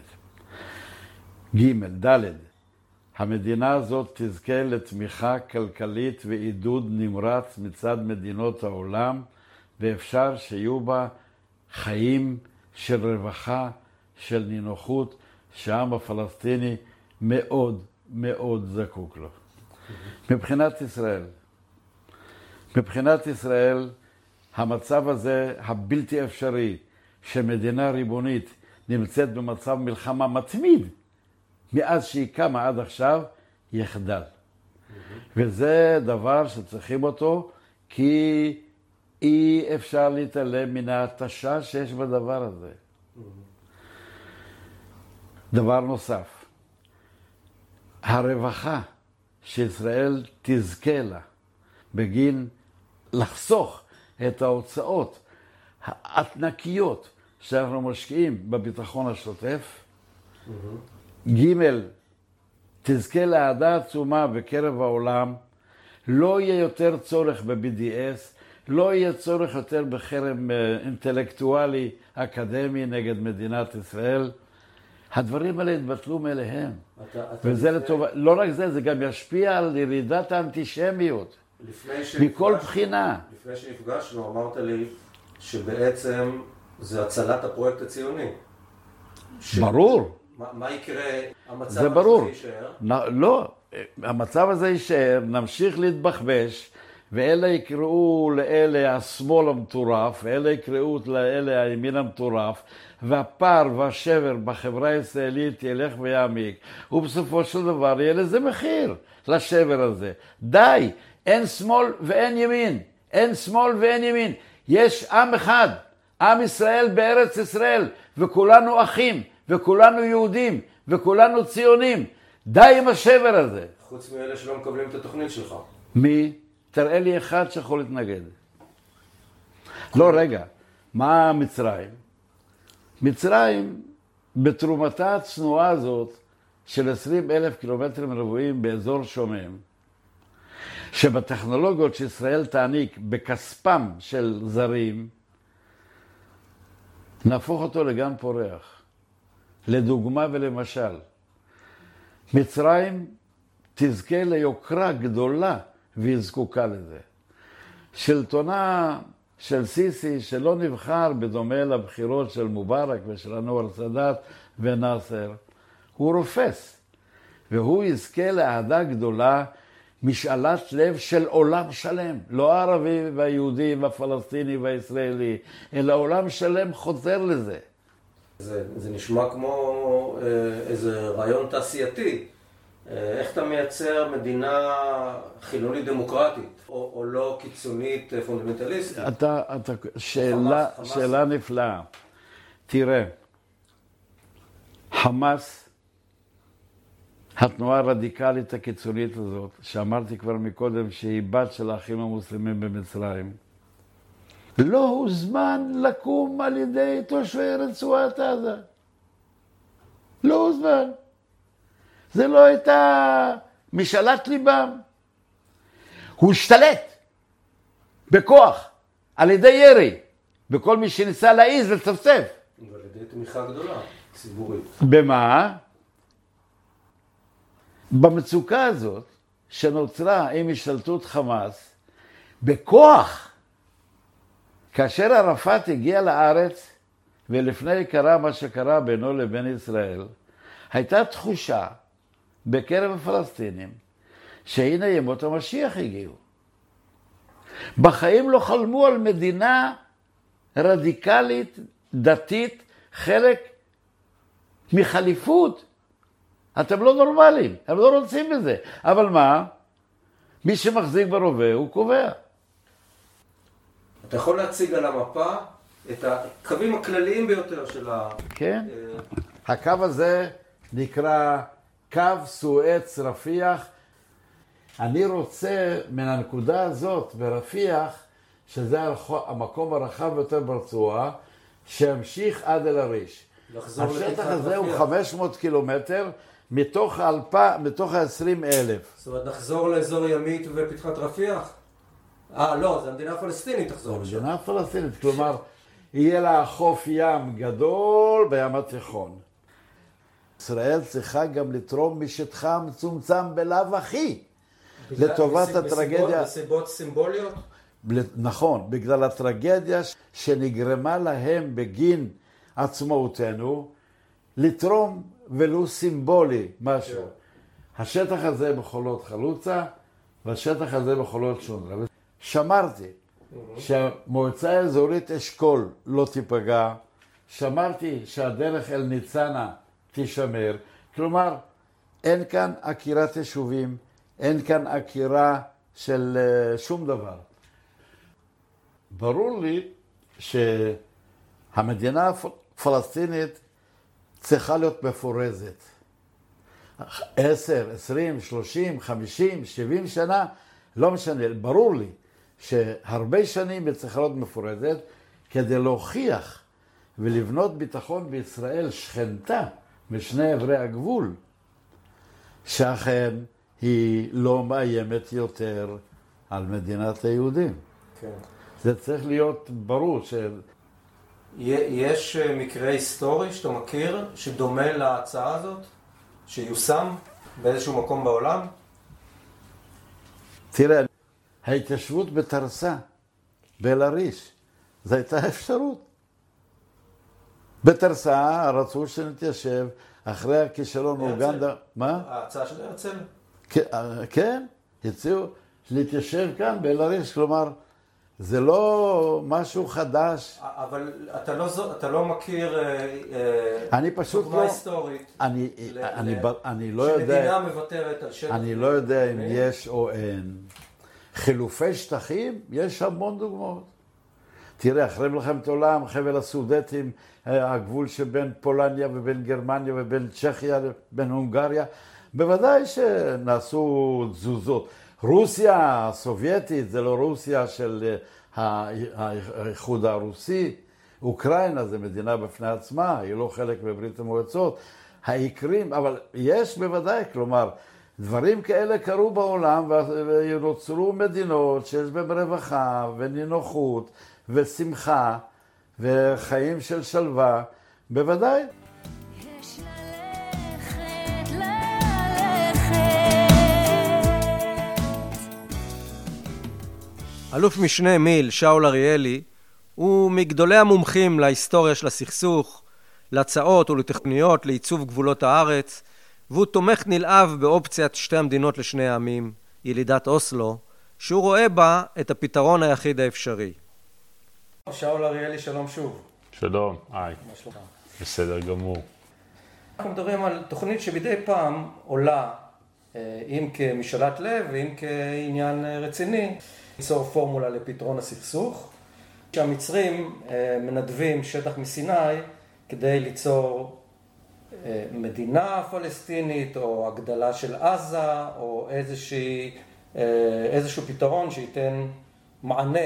ג' ד' המדינה הזאת תזכה לתמיכה כלכלית ועידוד נמרץ מצד מדינות העולם, ואפשר שיהיו בה חיים של רווחה, של נינוחות, שהעם הפלסטיני מאוד מאוד זקוק לו. מבחינת ישראל, מבחינת ישראל, המצב הזה הבלתי אפשרי, שמדינה ריבונית נמצאת במצב מלחמה מתמיד, מאז שהיא קמה עד עכשיו, יחדל. וזה דבר שצריכים אותו, כי אי אפשר להתעלם מן ההתשה שיש בדבר הזה. דבר נוסף, הרווחה שישראל תזכה לה בגין לחסוך את ההוצאות העתנקיות שאנחנו משקיעים בביטחון השוטף. ג' תזכה לאהדה עצומה בקרב העולם, לא יהיה יותר צורך ב-בי די אס, לא יהיה צורך יותר בחרם אינטלקטואלי אקדמי נגד מדינת ישראל. הדברים האלה התבטלו מאליהם. אתה, אתה וזה לפני... לטובה, לא רק זה, זה גם ישפיע על ירידת האנטישמיות. מכל בחינה. לפני שנפגשנו אמרת לי שבעצם זה הצלת הפרויקט הציוני. ש... ברור. מה, מה יקרה? המצב זה ברור. הזה יישאר? נ, לא, המצב הזה יישאר, נמשיך להתבחבש, ואלה יקראו לאלה השמאל המטורף, ואלה יקראו לאלה הימין המטורף, והפער והשבר בחברה הישראלית ילך ויעמיק, ובסופו של דבר יהיה לזה מחיר, לשבר הזה. די, אין שמאל ואין ימין, אין שמאל ואין ימין. יש עם אחד, עם ישראל בארץ ישראל, וכולנו אחים, וכולנו יהודים, וכולנו ציונים. די עם השבר הזה. חוץ מאלה שלא מקבלים את התוכנית שלך. מי? תראה לי אחד שיכול להתנגד. לא, רגע. מה מצרים? מצרים, בתרומתה הצנועה הזאת, של עשרים אלף קילומטרים רבועים באזור שומם, שבטכנולוגיות שישראל תעניק בכספם של זרים, נהפוך אותו לגן פורח. לדוגמה ולמשל, מצרים תזכה ליוקרה גדולה והיא זקוקה לזה. שלטונה של סיסי שלא נבחר בדומה לבחירות של מובארק ושל אנואר סאדאת ונאסר, הוא רופס, והוא יזכה לאהדה גדולה, משאלת לב של עולם שלם, לא הערבי והיהודי והפלסטיני והישראלי, אלא עולם שלם חוזר לזה. זה, זה נשמע כמו אה, איזה רעיון תעשייתי. אה, איך אתה מייצר מדינה חילונית דמוקרטית, או, או לא קיצונית פונדמנטליסטית? אתה, אתה, שאלה, חמאס, שאלה חמאס. נפלאה. תראה, חמאס, התנועה הרדיקלית הקיצונית הזאת, שאמרתי כבר מקודם שהיא בת של האחים המוסלמים במצרים, לא הוזמן לקום על ידי תושבי רצועת עזה. לא הוזמן. זה לא הייתה משאלת ליבם. הוא השתלט בכוח, על ידי ירי, בכל מי שניסה להעיז ולצפצף. ועל ידי תמיכה גדולה, ציבורית. במה? במצוקה הזאת שנוצרה עם השתלטות חמאס, בכוח, כאשר ערפאת הגיע לארץ, ולפני קרה מה שקרה בינו לבין ישראל, הייתה תחושה בקרב הפלסטינים, שהנה ימות המשיח הגיעו. בחיים לא חלמו על מדינה רדיקלית, דתית, חלק מחליפות. אתם לא נורמליים, הם לא רוצים בזה. אבל מה? מי שמחזיק ברובה הוא קובע. אתה יכול להציג על המפה את הקווים הכלליים ביותר של ה... כן. הקו הזה נקרא קו סואץ רפיח. אני רוצה מן הנקודה הזאת ברפיח, שזה המקום הרחב ביותר ברצועה, שהמשיך עד אל הריש. השטח הזה הוא חמש מאות קילומטר מתוך האלפה, מתוך ה-עשרים אלף. זאת אומרת, נחזור לאזור ימית ופתחת רפיח? אה, לא, זה המדינה הפלסטינית תחזור לשם. המדינה הפלסטינית, כלומר, יהיה לה חוף ים גדול בים התיכון. ישראל צריכה גם לתרום משטחה מצומצם בלאו הכי, לטובת הטרגדיה. בסיבות סימבוליות? נכון, בגלל הטרגדיה שנגרמה להם בגין עצמאותנו, לתרום ולו סימבולי משהו. השטח הזה בחולות חלוצה, והשטח הזה בחולות שונרה. שמרתי שהמועצה האזורית אשכול לא תיפגע, שמרתי שהדרך אל ניצנה תישמר. כלומר, אין כאן עקירת יישובים, אין כאן עקירה של שום דבר. ברור לי שהמדינה הפלסטינית צריכה להיות מפורזת. עשר, עשרים, שלושים, חמישים, שבעים שנה, לא משנה. ברור לי שהרבה שנים היא צריכה להיות מפורזת כדי להוכיח ולבנות ביטחון בישראל שכנתה משני עברי הגבול, שאכן היא לא מאיימת יותר על מדינת היהודים. כן. זה צריך להיות ברור ש... יש מקרה היסטורי שאתה מכיר שדומה להצעה הזאת, שיושם באיזשהו מקום בעולם? תראה, ההתיישבות בתרסה, באל-עריש, זו הייתה אפשרות. בתרסה רצו שנתיישב אחרי הכישלון אוגנדה. מה? ההצעה של הרצל? כן, הציעו להתיישב כאן באל-עריש, כלומר, זה לא משהו חדש. אבל אתה לא, אתה לא מכיר אני פשוט דוגמה לא, היסטורית. אני, ל, אני, ל, אני לא יודע, שמדינה מוותרת על שטח. אני לא יודע אם יש או אין. חילופי שטחים, יש המון דוגמאות. תראה, אחרי מלחמת עולם, חבל הסודטים, הגבול שבין פולניה ובין גרמניה ובין צ'כיה ובין הונגריה, בוודאי שנעשו תזוזות. רוסיה הסובייטית זה לא רוסיה של האיחוד הרוסי. אוקראינה זה מדינה בפני עצמה, היא לא חלק בברית המועצות. העיקרים, אבל יש בוודאי, כלומר, דברים כאלה קרו בעולם ונוצרו מדינות שיש בהם רווחה ונינוחות ושמחה וחיים של שלווה, בוודאי. יש ללכת, ללכת. אלוף משנה מיל, שאול אריאלי, הוא מגדולי המומחים להיסטוריה של הסכסוך, להצעות ולתכניות לעיצוב גבולות הארץ, והוא תומך נלהב באופציית שתי המדינות לשני העמים, ילידת אוסלו, שהוא רואה בה את הפתרון היחיד האפשרי. שאול אריאלי, שלום שוב. שלום, היי. מה שלומך? בסדר גמור. אנחנו מדברים על תוכנית שמדי פעם עולה, אם כמשאלת לב ואם כעניין רציני, ליצור פורמולה לפתרון הסכסוך, שהמצרים מנדבים שטח מסיני כדי ליצור מדינה פלסטינית או הגדלה של עזה או איזושהי, איזשהו פתרון שייתן מענה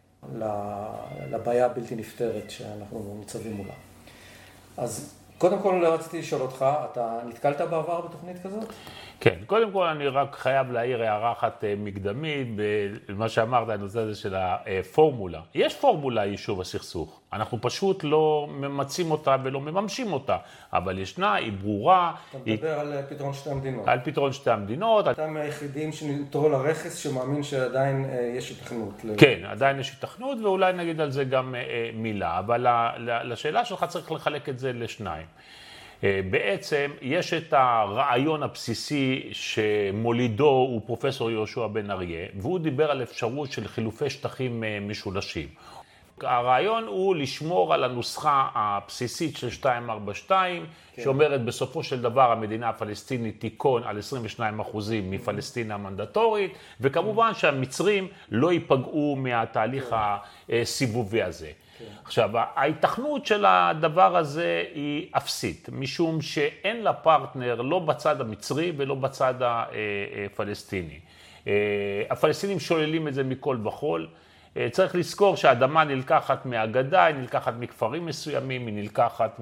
לבעיה הבלתי נפתרת שאנחנו ניצבים מולה. אז קודם כל רציתי לשאול אותך, אתה נתקלת בעבר בתוכנית כזאת? כן, קודם כל אני רק חייב להעיר הערה אחת מקדמית במה שאמרת, הנושא הזה של הפורמולה. יש פורמולה יישוב הסכסוך, אנחנו פשוט לא ממצים אותה ולא מממשים אותה, אבל ישנה, היא ברורה. אתה מדבר היא... על פתרון שתי המדינות. על פתרון שתי המדינות. אתה מהיחידים שנותרו לרכס שמאמין שעדיין יש התכנות. כן, עדיין יש התכנות ואולי נגיד על זה גם מילה, אבל לשאלה שלך צריך לחלק את זה לשניים. בעצם יש את הרעיון הבסיסי שמולידו הוא פרופסור יהושע בן אריה, והוא דיבר על אפשרות של חילופי שטחים משולשים. הרעיון הוא לשמור על הנוסחה הבסיסית של שתיים ארבע שתיים, כן. שאומרת בסופו של דבר המדינה הפלסטינית תיכון על עשרים ושניים אחוזים מפלסטינה המנדטורית, וכמובן שהמצרים לא ייפגעו מהתהליך כן. הסיבובי הזה. כן. עכשיו, ההיתכנות של הדבר הזה היא אפסית, משום שאין לה פרטנר לא בצד המצרי ולא בצד הפלסטיני. הפלסטינים שוללים את זה מכל וכל. צריך לזכור שהאדמה נלקחת מהגדה, היא נלקחת מכפרים מסוימים, היא נלקחת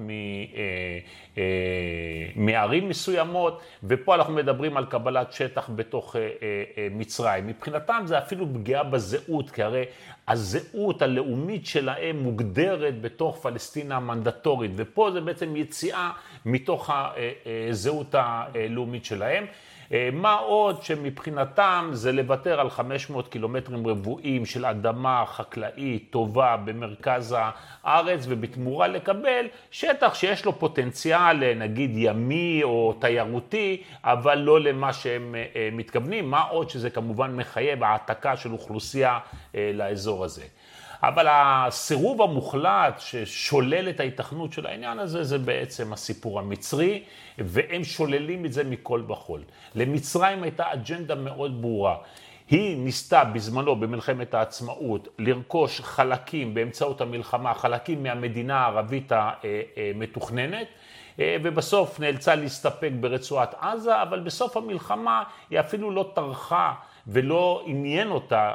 מערים מסוימות, ופה אנחנו מדברים על קבלת שטח בתוך מצרים. מבחינתם זה אפילו פגיעה בזהות, כי הרי הזהות הלאומית שלהם מוגדרת בתוך פלסטינה המנדטורית, ופה זה בעצם יציאה מתוך הזהות הלאומית שלהם. מה עוד שמבחינתם זה לוותר על חמש מאות קילומטרים רבועים של אדמה חקלאית טובה במרכז הארץ, ובתמורה לקבל שטח שיש לו פוטנציאל נגיד ימי או תיירותי, אבל לא למה שהם מתכוונים, מה עוד שזה כמובן מחייב העתקה של אוכלוסייה לאזור הזה. אבל הסירוב המוחלט ששולל את ההיתכנות של העניין הזה, זה בעצם הסיפור המצרי, והם שוללים את זה מכל וכל. למצרים הייתה אג'נדה מאוד ברורה. היא ניסתה בזמנו במלחמת העצמאות לרכוש חלקים באמצעות המלחמה, חלקים מהמדינה הערבית המתוכננת, ובסוף נאלצה להסתפק ברצועת עזה, אבל בסוף המלחמה היא אפילו לא טרחה ולא עניין אותה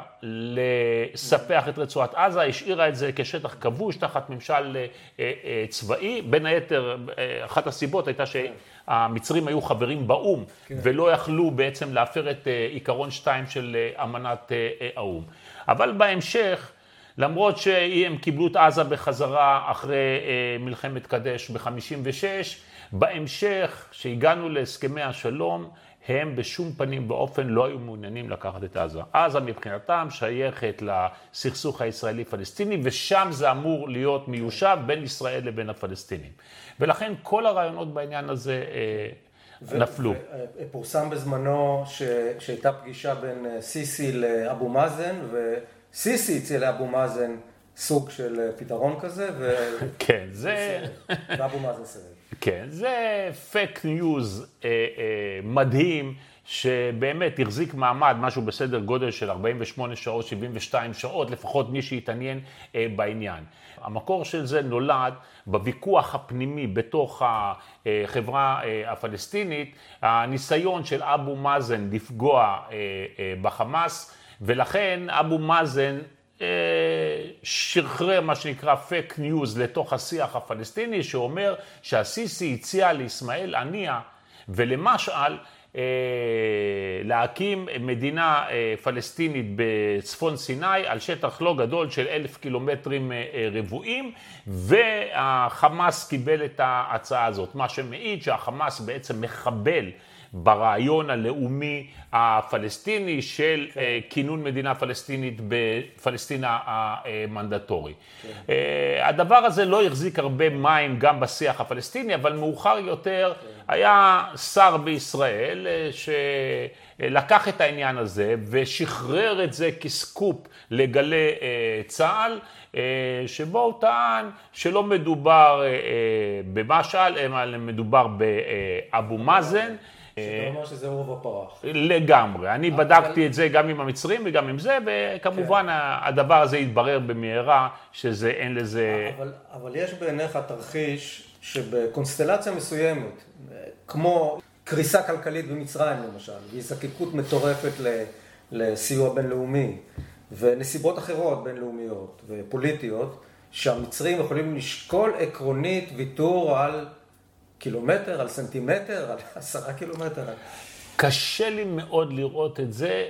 לספח את רצועת עזה, השאירה את זה כשטח כבוש תחת ממשל צבאי. בין היתר, אחת הסיבות הייתה שהמצרים היו חברים באום, ולא יכלו בעצם להפר את עיקרון שתיים של אמנת האום. אבל בהמשך, למרות שהם קיבלו את עזה בחזרה אחרי מלחמת קדש ב-חמישים ושש, בהמשך שהגענו להסכמי השלום, הם בשום פנים באופן לא היו מעוניינים לקחת את עזה. עזה מבחינתם שייכת לסכסוך הישראלי-פלסטיני, ושם זה אמור להיות מיושב בין ישראל לבין הפלסטינים. ולכן כל הרעיונות בעניין הזה ו- נפלו. ו- פורסם בזמנו ש- שהייתה פגישה בין סיסי לאבו מאזן, וסיסי הציע לאבו מאזן סוג של פתרון כזה, ו... כן, זה... ואבו מאזן סירב. כן, זה פייק ניוז אה, אה, מדהים, שבאמת החזיק מעמד, משהו בסדר גודל של ארבעים ושמונה שעות, שבעים ושתיים שעות, לפחות מי שהתעניין אה, בעניין. המקור של זה נולד בוויכוח הפנימי בתוך החברה אה, הפלסטינית, הניסיון של אבו מאזן לפגוע אה, אה, בחמאס, ולכן אבו מאזן שחרר מה שנקרא פייק ניוז לתוך השיח הפלסטיני, שאומר שהסיסי הציע לאסמאעיל הנייה ולמשל להקים מדינה פלסטינית בצפון סיני על שטח לא גדול של אלף קילומטרים רבועים, והחמאס קיבל את ההצעה הזאת, מה שמעיד שהחמאס בעצם מחבל ברעיון הלאומי הפלסטיני של כן. כינון מדינה פלסטינית בפלסטינה המנדטורי. כן. הדבר הזה לא החזיק הרבה מים גם בשיח הפלסטיני, אבל מאוחר יותר כן. היה שר בישראל שלקח את העניין הזה ושחרר את זה כסקופ לגלי צה"ל, שבו הוא טען שלא מדובר במשל, אלא מדובר באבו מאזן. שאתה אומר שזה עורב הפרח. לגמרי. אני בדקתי את זה גם עם המצרים וגם עם זה, וכמובן הדבר הזה התברר במהרה שזה אין לזה... אבל יש בעיניך תרחיש שבקונסטלציה מסוימת, כמו קריסה כלכלית במצרים למשל, והזדקקות מטורפת לסיוע בינלאומי, ונסיבות אחרות בינלאומיות ופוליטיות, שהמצרים יכולים לשקול עקרונית ויתור על קילומטר, על סנטימטר, על עשרה קילומטר. קשה לי מאוד לראות את זה,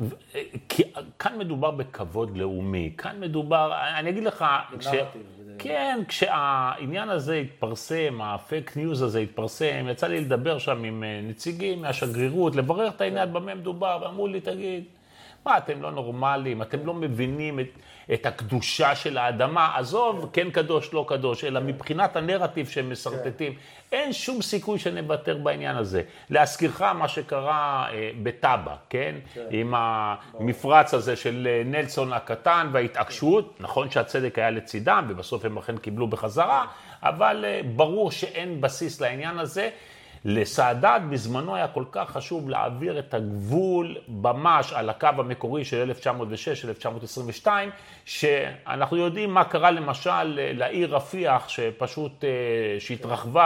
כי כאן מדובר בכבוד לאומי, כאן מדובר, אני אגיד לך, כש... כן, כשהעניין הזה התפרסם, הפייק ניוז הזה התפרסם, יצא לי לדבר שם עם נציגים מהשגרירות, לברר את העניין במה מדובר, ואמרו לי, תגיד, מה, אתם לא נורמליים, אתם לא מבינים את, את הקדושה של האדמה, עזוב, כן קדוש, לא קדוש, אלא מבחינת הנרטיב שהם מסרטטים, אין שום סיכוי שנוותר בעניין הזה. להזכירך מה שקרה אה, בטאבה, כן? עם המפרץ הזה של נלסון הקטן וההתעקשות, נכון שהצדק היה לצידם, ובסוף הם אכן קיבלו בחזרה, אבל אה, ברור שאין בסיס לעניין הזה. לסאדאת בזמנו היה כל כך חשוב להעביר את הגבול ממש על הקו המקורי של אלף תשע מאות ושש אלף תשע מאות עשרים ושתיים, שאנחנו יודעים מה קרה למשל לעיר רפיח, שפשוט שהתרחבה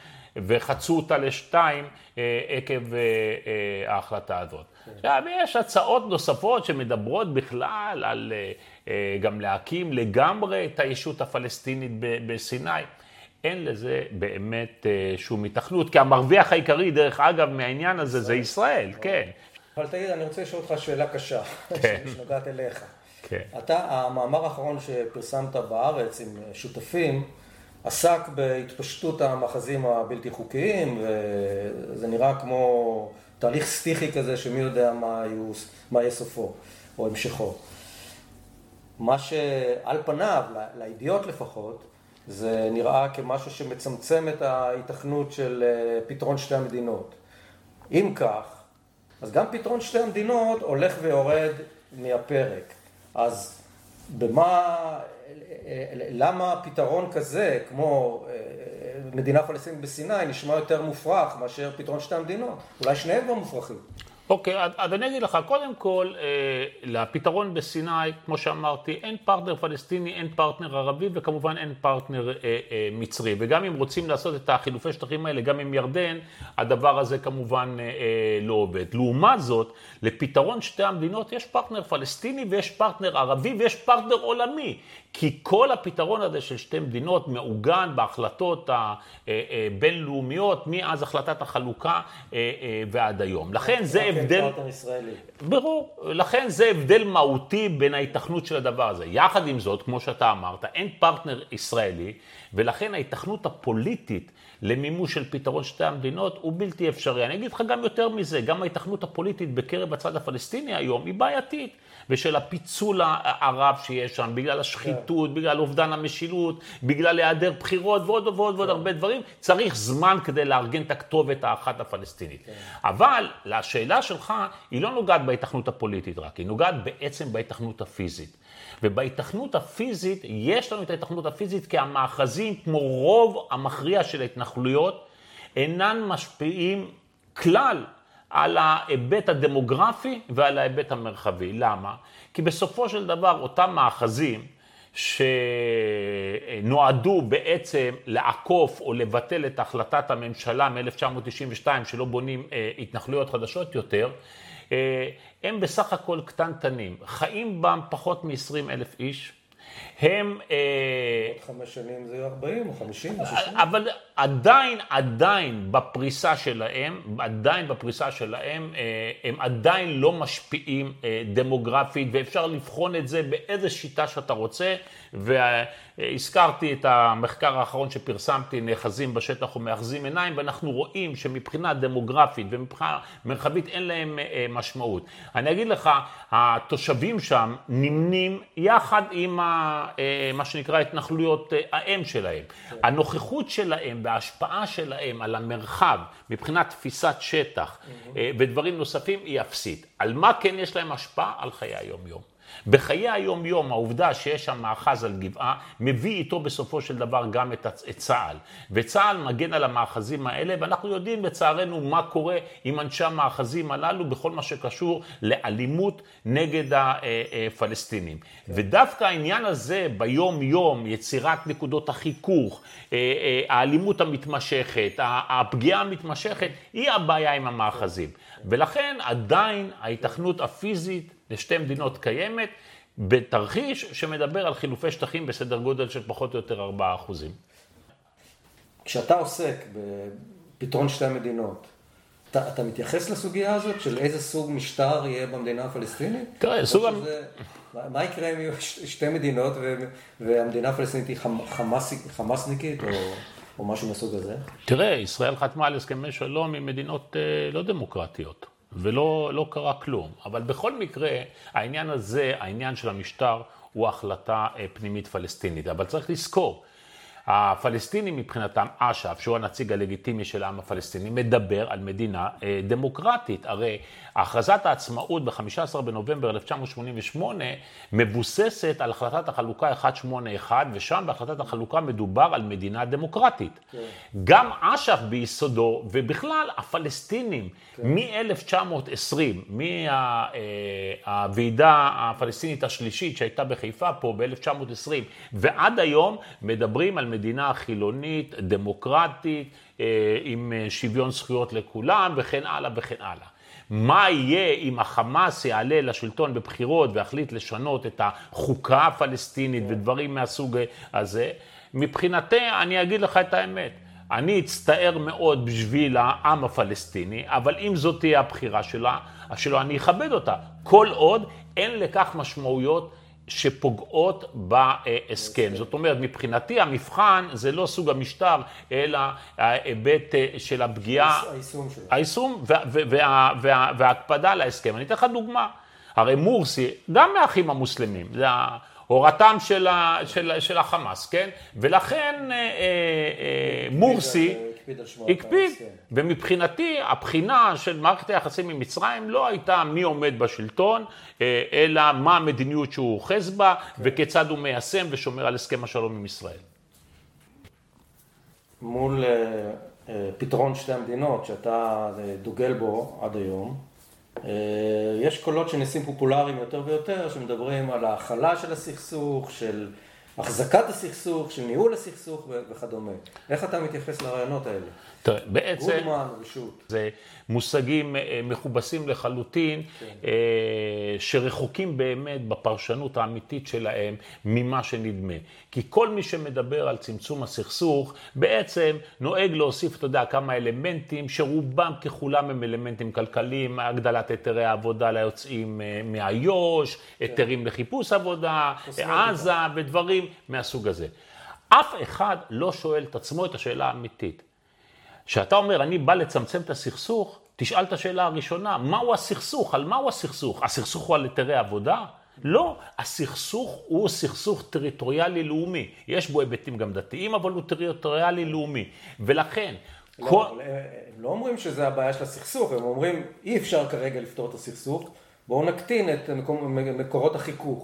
וחצו אותה לשתיים עקב ההחלטה הזאת. עכשיו, יש הצעות נוספות שמדברות בכלל על גם להקים לגמרי את הישות הפלסטינית בסיני. אין לזה באמת שום התכנות, כי המרוויח העיקרי, דרך אגב, מהעניין הזה זה ישראל, כן. אבל תגיד, אני רוצה לשאול אותך שאלה קשה, שנוגעת אליך. כן. אתה, המאמר האחרון שפרסמת בארץ עם שותפים, עסק בהתפשטות המאחזים הבלתי חוקיים, וזה נראה כמו תהליך סטיחי כזה, שמי יודע מה יהיה סופו, או המשכו. מה שעל פניו, לידיעות לפחות, זה נראה כמשהו שמצמצם את ההיתכנות של פתרון שתי המדינות. אם כך, אז גם פתרון שתי המדינות הולך ויורד מהפרק. אז במה, למה פתרון כזה, כמו מדינה פלסטינית בסיני, נשמע יותר מופרך מאשר פתרון שתי המדינות? אולי שניהם כבר מופרכים. אוקיי, אז אני אגיד לך, קודם כל, לפתרון בסיני, כמו שאמרתי, אין פרטנר פלסטיני, אין פרטנר ערבי, וכמובן אין פרטנר מצרי. וגם אם רוצים לעשות את החילופי שטחים האלה, גם עם ירדן, הדבר הזה כמובן לא עובד. לעומת זאת, לפתרון שתי המדינות יש פרטנר פלסטיני ויש פרטנר ערבי ויש פרטנר עולמי. כי כל הפתרון הזה של שתי מדינות מעוגן בהחלטות הבינלאומיות, מאז החלטת החלוקה ועד היום. לכן זה הבדל... ברור. לכן זה הבדל מהותי בין ההיתכנות של הדבר הזה. יחד עם זאת, כמו שאתה אמרת, אין פרטנר ישראלי, ולכן ההיתכנות הפוליטית למימוש של פתרון שתי המדינות הוא בלתי אפשרי. אני אגיד לך גם יותר מזה, גם ההיתכנות הפוליטית בקרב הצד הפלסטיני היום היא בעייתית. ושל הפיצול הרב שיש שם, בגלל השחיתות, בגלל אובדן המשילות, בגלל היעדר בחירות ועוד ועוד ועוד הרבה דברים, צריך זמן כדי לארגן את הכתובת האחת הפלסטינית. אבל לשאלה שלך, היא לא נוגעת בהיתכנות הפוליטית רק, היא נוגעת בעצם בהיתכנות הפיזית. ובהיתכנות הפיזית, יש לנו את ההיתכנות הפיזית, כי המאחזים, כמו רוב המכריע של ההתנחלויות, אינן משפיעים כלל על ההיבט הדמוגרפי ועל ההיבט המרחבי. למה? כי בסופו של דבר אותם מאחזים שנועדו בעצם לעקוף או לבטל את החלטת הממשלה מ-אלף תשע מאות תשעים ושתיים שלא בונים התנחלויות חדשות יותר, הם בסך הכל קטנטנים, חיים בם פחות מ-עשרים אלף איש, הם... חמש שנים זה ארבעים או חמישים או שישים. אבל עדיין, עדיין בפריסה שלהם, עדיין בפריסה שלהם, הם עדיין לא משפיעים דמוגרפית, ואפשר לבחון את זה באיזה שיטה שאתה רוצה, והזכרתי את המחקר האחרון שפרסמתי, נאחזים בשטח ומאחזים עיניים, ואנחנו רואים שמבחינה דמוגרפית ומבחינה מרחבית אין להם משמעות. אני אגיד לך, התושבים שם נמנים יחד עם מה שנקרא התנחלויות האם שלהם. הנוכחות שלהם וההשפעה שלהם על המרחב מבחינת תפיסת שטח ודברים נוספים היא אפסית. על מה כן יש להם השפעה? על חיי היום-יום. בחיי היום-יום, העובדה שיש שם מאחז על גבעה, מביא איתו בסופו של דבר גם את, את צה"ל. וצה"ל מגן על המאחזים האלה, ואנחנו יודעים בצערנו מה קורה עם אנשי המאחזים הללו, בכל מה שקשור לאלימות נגד הפלסטינים. ודווקא העניין הזה ביום-יום, יצירת נקודות החיכוך, האלימות המתמשכת, הפגיעה המתמשכת, היא הבעיה עם המאחזים. ולכן עדיין ההיתכנות הפיזית לשתי מדינות קיימת, בתרחיש שמדבר על חילופי שטחים בסדר גודל של פחות או יותר ארבעה אחוזים. כשאתה עוסק בפתרון שתי המדינות, אתה, אתה מתייחס לסוגיה הזאת של איזה סוג משטר יהיה במדינה הפלסטינית? תראה, סוג... שזה, מה יקרה אם יהיו שתי מדינות והמדינה הפלסטינית היא חמאס, חמאסניקית או, או משהו מסוג הזה? תראה, ישראל חתמה על הסכמי שלום עם מדינות לא דמוקרטיות. ולא לא קרה כלום. אבל בכל מקרה, העניין הזה, העניין של המשטר, הוא החלטה פנימית פלסטינית. אבל צריך לזכור, הפלסטינים מבחינתם, אש"ף, שהוא הנציג הלגיטימי של העם הפלסטיני, מדבר על מדינה דמוקרטית. הרי הכרזת העצמאות ב-חמישה עשר בנובמבר אלף תשע מאות שמונים ושמונה מבוססת על החלטת החלוקה מאה שמונים ואחת, ושם בהחלטת החלוקה מדובר על מדינה דמוקרטית. כן. גם אש"ף ביסודו, ובכלל הפלסטינים, כן. מ-אלף תשע מאות עשרים, מהוועידה הפלסטינית השלישית שהייתה בחיפה פה ב-אלף תשע מאות עשרים, ועד היום מדברים על מדינה חילונית, דמוקרטית, עם שוויון זכויות לכולם, וכן הלאה וכן הלאה. מה יהיה אם החמאס יעלה לשלטון בבחירות והחליט לשנות את החוקה הפלסטינית ודברים מהסוג הזה? מבחינתי, אני אגיד לך את האמת, אני אצטער מאוד בשביל העם הפלסטיני, אבל אם זאת תהיה הבחירה שלה, שלו אני אכבד אותה. כל עוד אין לכך משמעויות שפוגעות בהסכם. זאת אומרת, מבחינתי המבחן זה לא סוג המשטר, אלא ההיבט של הפגיעה, היישום שלו. היישום וההקפדה על ההסכם. אני אתן לך דוגמה. הרי מורסי, גם מהאחים המוסלמים, זה הורתם של, של, של החמאס, כן? ולכן מורסי הקפיד, ומבחינתי הבחינה של מערכת היחסים עם מצרים לא הייתה מי עומד בשלטון, אלא מה המדיניות שהוא אוחז בה, וכיצד הוא מיישם ושומר על הסכם השלום עם ישראל. מול פתרון שתי המדינות שאתה דוגל בו עד היום, יש קולות שנעשים פופולריים יותר ויותר, שמדברים על ההכלה של הסכסוך, של החזקת הסכסוך, של ניהול הסכסוך וכדומה. איך אתה מתייחס לרעיונות האלה? תראה, בעצם גודמן, רשות. זה מושגים מכובסים לחלוטין, כן. שרחוקים באמת בפרשנות האמיתית שלהם ממה שנדמה. כי כל מי שמדבר על צמצום הסכסוך, בעצם נוהג להוסיף, אתה יודע, כמה אלמנטים, שרובם ככולם הם אלמנטים כלכליים, הגדלת היתרי העבודה ליוצאים מאיו"ש, היתרים כן. לחיפוש עבודה, עזה ודברים מהסוג הזה. אף אחד לא שואל את עצמו את השאלה האמיתית. שאתה אומר, אני בא לצמצם את הסכסוך, תשאל את השאלה הראשונה, מהו הסכסוך? על מהו הסכסוך? הסכסוך הוא על היתרי עבודה? לא, הסכסוך הוא סכסוך טריטוריאלי לאומי. יש בו היבטים גם דתיים, אבל הוא טריטוריאלי לאומי. ולכן... לא, כל... הם לא אומרים שזה הבעיה של הסכסוך, הם אומרים, אי אפשר כרגע לפתור את הסכסוך, בואו נקטין את מקורות החיכוך.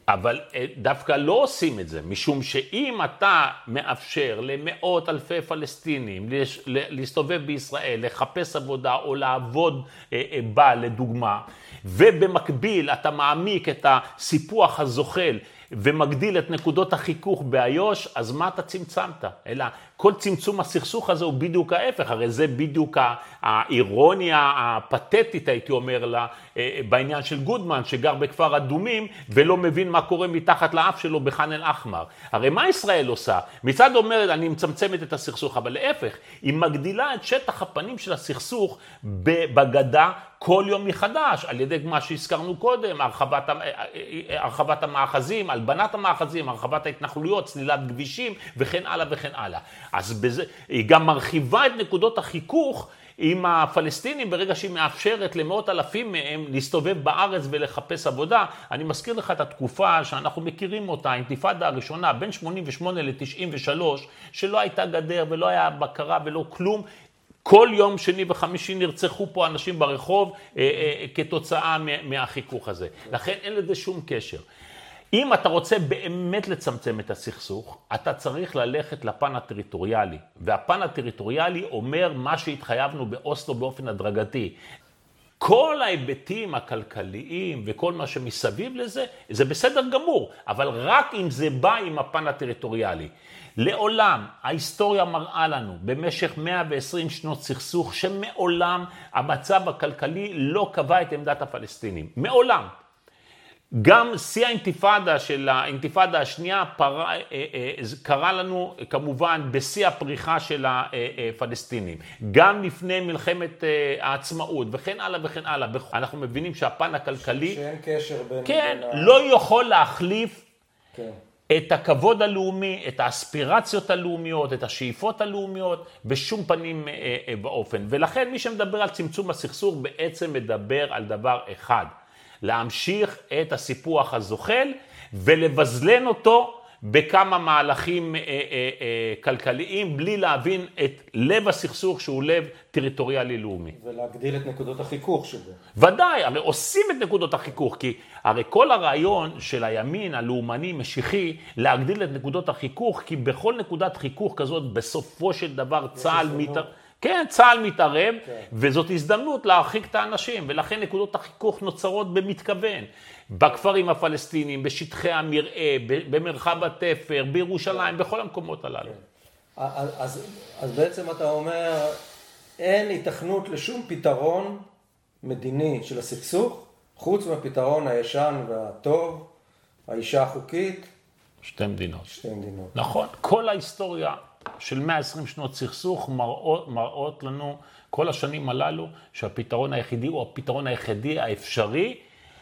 אבל דווקא לא עושים את זה, משום שאם אתה מאפשר למאות אלפי פלסטינים להסתובב בישראל, לחפש עבודה או לעבוד בה לדוגמה, ובמקביל אתה מעמיק את הסיפוח הזוחל ומגדיל את נקודות החיכוך באיו"ש, אז מה אתה צמצמת? אלא כל צמצום הסכסוך הזה הוא בדיוק ההפך, הרי זה בדיוק האירוניה הפתטית, הייתי אומר לה, בעניין של גודמן, שגר בכפר אדומים ולא מבין מה קורה מתחת לאף שלו בח'אן אל-אחמר. הרי מה ישראל עושה? מצד אומרת, אני מצמצמת את הסכסוך, אבל להפך, היא מגדילה את שטח הפנים של הסכסוך בגדה כל יום מחדש, על ידי מה שהזכרנו קודם, הרחבת, הרחבת המאחזים, הלבנת המאחזים, הרחבת ההתנחלויות, סלילת כבישים וכן הלאה וכן הלאה. אז בזה, היא גם מרחיבה את נקודות החיכוך עם הפלסטינים ברגע שהיא מאפשרת למאות אלפים מהם להסתובב בארץ ולחפש עבודה. אני מזכיר לך את התקופה שאנחנו מכירים אותה, האינתיפאדה הראשונה בין שמונים ושמונה ל-תשעים ושלוש, שלא הייתה גדר ולא היה בקרה ולא כלום. כל יום שני וחמישי נרצחו פה אנשים ברחוב אה, אה, כתוצאה מהחיכוך הזה. לכן אין לזה שום קשר. אם אתה רוצה באמת לצמצם את הסכסוך, אתה צריך ללכת לפן הטריטוריאלי. והפן הטריטוריאלי אומר מה שהתחייבנו באוסלו באופן הדרגתי. כל ההיבטים הכלכליים וכל מה שמסביב לזה, זה בסדר גמור, אבל רק אם זה בא עם הפן הטריטוריאלי. לעולם, ההיסטוריה מראה לנו במשך מאה ועשרים שנות סכסוך, שמעולם המצב הכלכלי לא קבע את עמדת הפלסטינים. מעולם. גם שיא האינתיפאדה של האינתיפאדה השנייה פר... קרה לנו כמובן בשיא הפריחה של הפלסטינים. גם לפני מלחמת העצמאות וכן הלאה וכן הלאה. אנחנו מבינים שהפן הכלכלי... שאין קשר בין... כן, בין לא יכול להחליף... כן. את הכבוד הלאומי, את האספירציות הלאומיות, את השאיפות הלאומיות, בשום פנים באופן. ולכן מי שמדבר על צמצום הסכסוך בעצם מדבר על דבר אחד. להמשיך את הסיפוח הזוחל ולבזלן אותו בכמה מהלכים אה, אה, אה, כלכליים, בלי להבין את לב הסכסוך שהוא לב טריטוריאלי לאומי. ולהגדיל את נקודות החיכוך שבו. ודאי, הרי עושים את נקודות החיכוך, כי הרי כל הרעיון של הימין הלאומני משיחי, להגדיל את נקודות החיכוך, כי בכל נקודת חיכוך כזאת, בסופו של דבר צה"ל מתערב. כן, צה"ל מתערב, כן. וזאת הזדמנות להרחיק את האנשים, ולכן נקודות החיכוך נוצרות במתכוון. בכפרים הפלסטינים, בשטחי המרעה, במרחב התפר, בירושלים, בכל המקומות הללו. כן. אז, אז בעצם אתה אומר, אין היתכנות לשום פתרון מדיני של הסכסוך, חוץ מהפתרון הישן והטוב, האישה החוקית. שתי מדינות. שתי מדינות. נכון, כל ההיסטוריה של מאה ועשרים שנות סכסוך מראות, מראות לנו כל השנים הללו שהפתרון היחידי הוא הפתרון היחידי האפשרי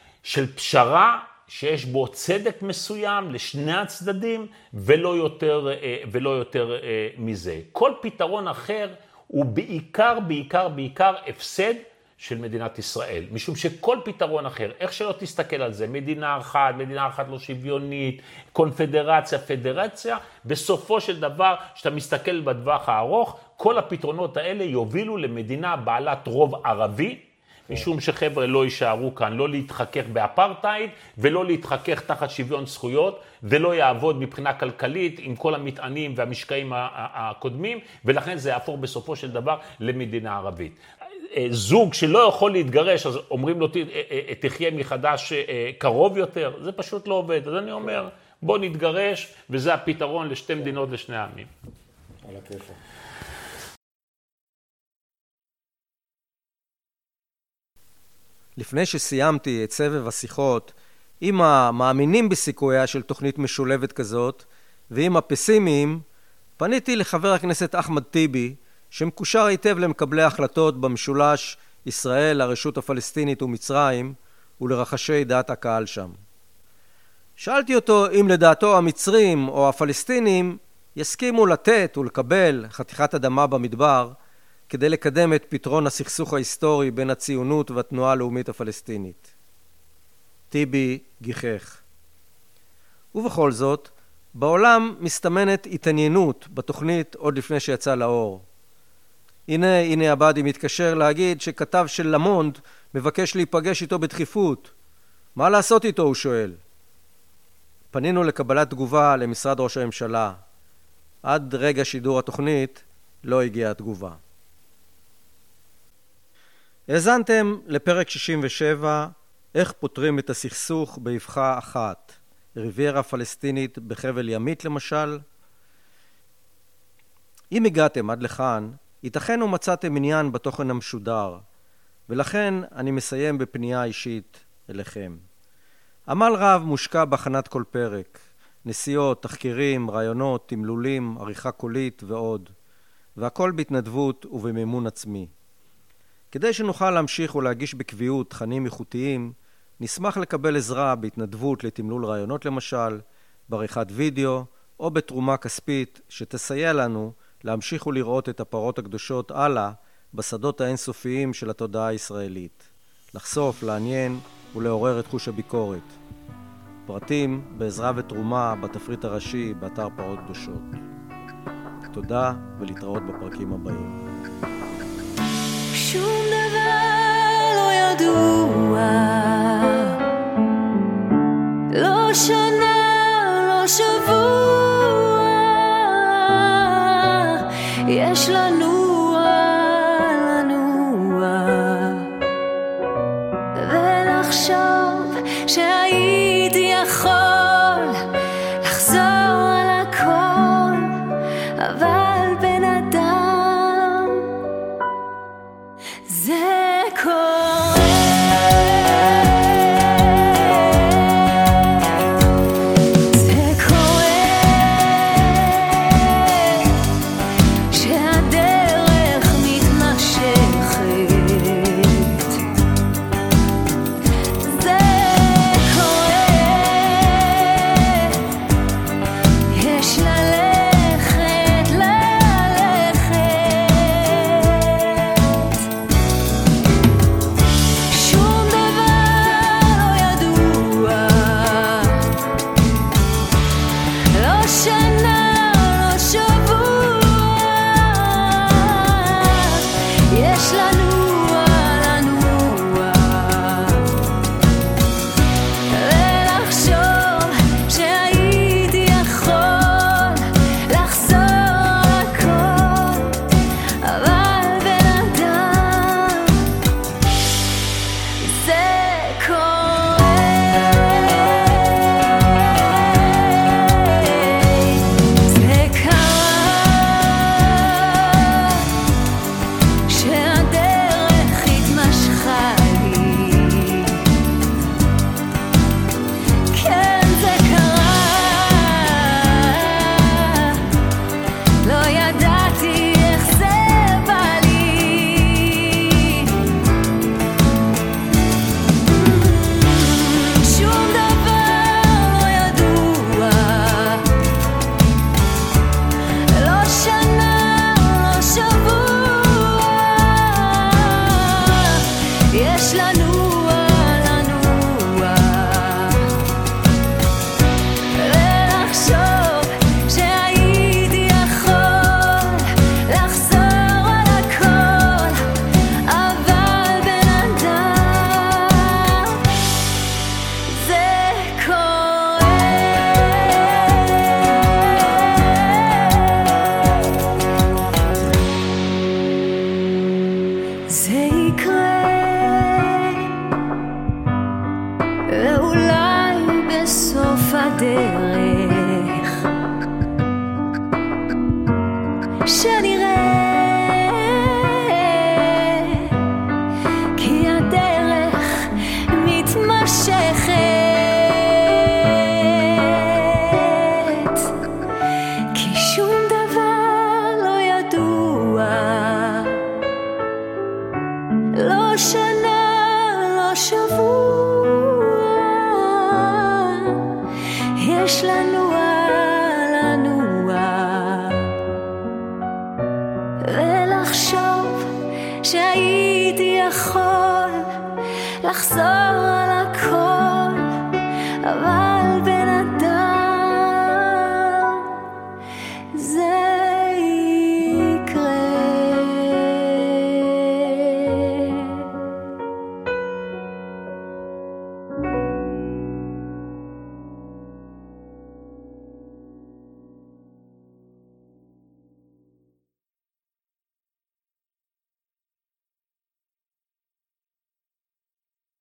של פשרה שיש בו צדק מסוים לשני הצדדים ולא יותר, ולא יותר מזה. כל פתרון אחר הוא בעיקר, בעיקר, בעיקר הפסד של מדינת ישראל, משום שכל פתרון אחר, איך שלא תסתכל על זה, מדינה אחת, מדינה אחת לא שוויונית, קונפדרציה, פדרציה, בסופו של דבר, שאתה מסתכל בטווח הארוך, כל הפתרונות האלה יובילו למדינה בעלת רוב ערבי, משום שחבר'ה לא יישארו כאן, לא להתחכך באפרטייד, ולא להתחכך תחת שוויון זכויות, ולא יעבוד מבחינה כלכלית עם כל המטענים והמשקעים הקודמים, ולכן זה יהפוך בסופו של דבר למדינה ערבית. זוג שלא יכול להתגרש, אז אומרים לו, תחיה מחדש קרוב יותר, זה פשוט לא עובד. אז אני אומר, בוא נתגרש, וזה הפתרון לשתי מדינות לשני העמים. על הכיפה. לפני שסיימתי את סבב השיחות עם המאמינים בסיכויה של תוכנית משולבת כזאת, ועם הפסימיים, פניתי לחבר הכנסת אחמד טיבי, שמקושר היטב למקבלי ההחלטות במשולש ישראל, הרשות הפלסטינית ומצרים, ולרחשי דעת הקהל שם. שאלתי אותו אם לדעתו המצרים או הפלסטינים יסכימו לתת ולקבל חתיכת אדמה במדבר, כדי לקדם את פתרון הסכסוך ההיסטורי בין הציונות והתנועה הלאומית הפלסטינית. טיבי גיחך. ובכל זאת, בעולם מסתמנת התעניינות בתוכנית עוד לפני שיצא לאור. הנה, הנה עבדי מתקשר להגיד שכתב של למונד מבקש להיפגש איתו בדחיפות. מה לעשות איתו, הוא שואל. פנינו לקבלת תגובה למשרד ראש הממשלה. עד רגע שידור התוכנית לא הגיעה תגובה. האזנתם לפרק שישים ושבע, איך פותרים את הסכסוך באבחה אחת, ריביירה פלסטינית בחבל ימית למשל. אם הגעתם עד לכאן, ייתכן ומצאתם עניין בתוכן המשודר, ולכן אני מסיים בפנייה אישית אליכם. עמל רב מושקע בהכנת כל פרק, נסיעות, תחקירים, רעיונות, תמלולים, עריכה קולית ועוד, והכל בהתנדבות ובמימון עצמי. כדי שנוכל להמשיך ולהגיש בקביעות תכנים איכותיים, נשמח לקבל עזרה בהתנדבות לתמלול רעיונות למשל, בעריכת וידאו או בתרומה כספית שתסייע לנו להמשיך ולראות את הפרות הקדושות הלאה בשדות האינסופיים של התודעה הישראלית. לחשוף, לעניין ולעורר את חוש הביקורת. פרטים בעזרה ותרומה בתפריט הראשי באתר פרות קדושות. תודה ולהתראות בפרקים הבאים. שום דבר לא ידוע, לא שנה, לא שבוע, יש לנוע, לנוע, ולחשוב שהייתי יכול לחזור על הכל, אבל בן אדם זה קורה. זה קורה שהדרך מתמשכת. זה קורה, יש ללכת, ללכת. שום דבר לא ידוע, לא שנה, לא שבוע, יש לנוע, לנוע, ולחשוב שהייתי יכול לחזור הכל, אבל בן אדם זה קורה. זה קרה שהדרך התמשכה לי. כן, זה קרה, לא ידעתי איך זה בא לי. שום דבר לא ידוע, לא שנה, לא שבוע, יש לנוע, לנוע, ולחשוב שהייתי יכול לחזור על הכל, אבל בן אדם זה קורה. זה יקרה, ואולי בסוף הדרך שנראה, כי הדרך מתמשכת, כי שום דבר לא ידוע, לא שנה, לא שבוע, יש לנוע, לנוע, ולחשוב שהייתי יכול לחזור על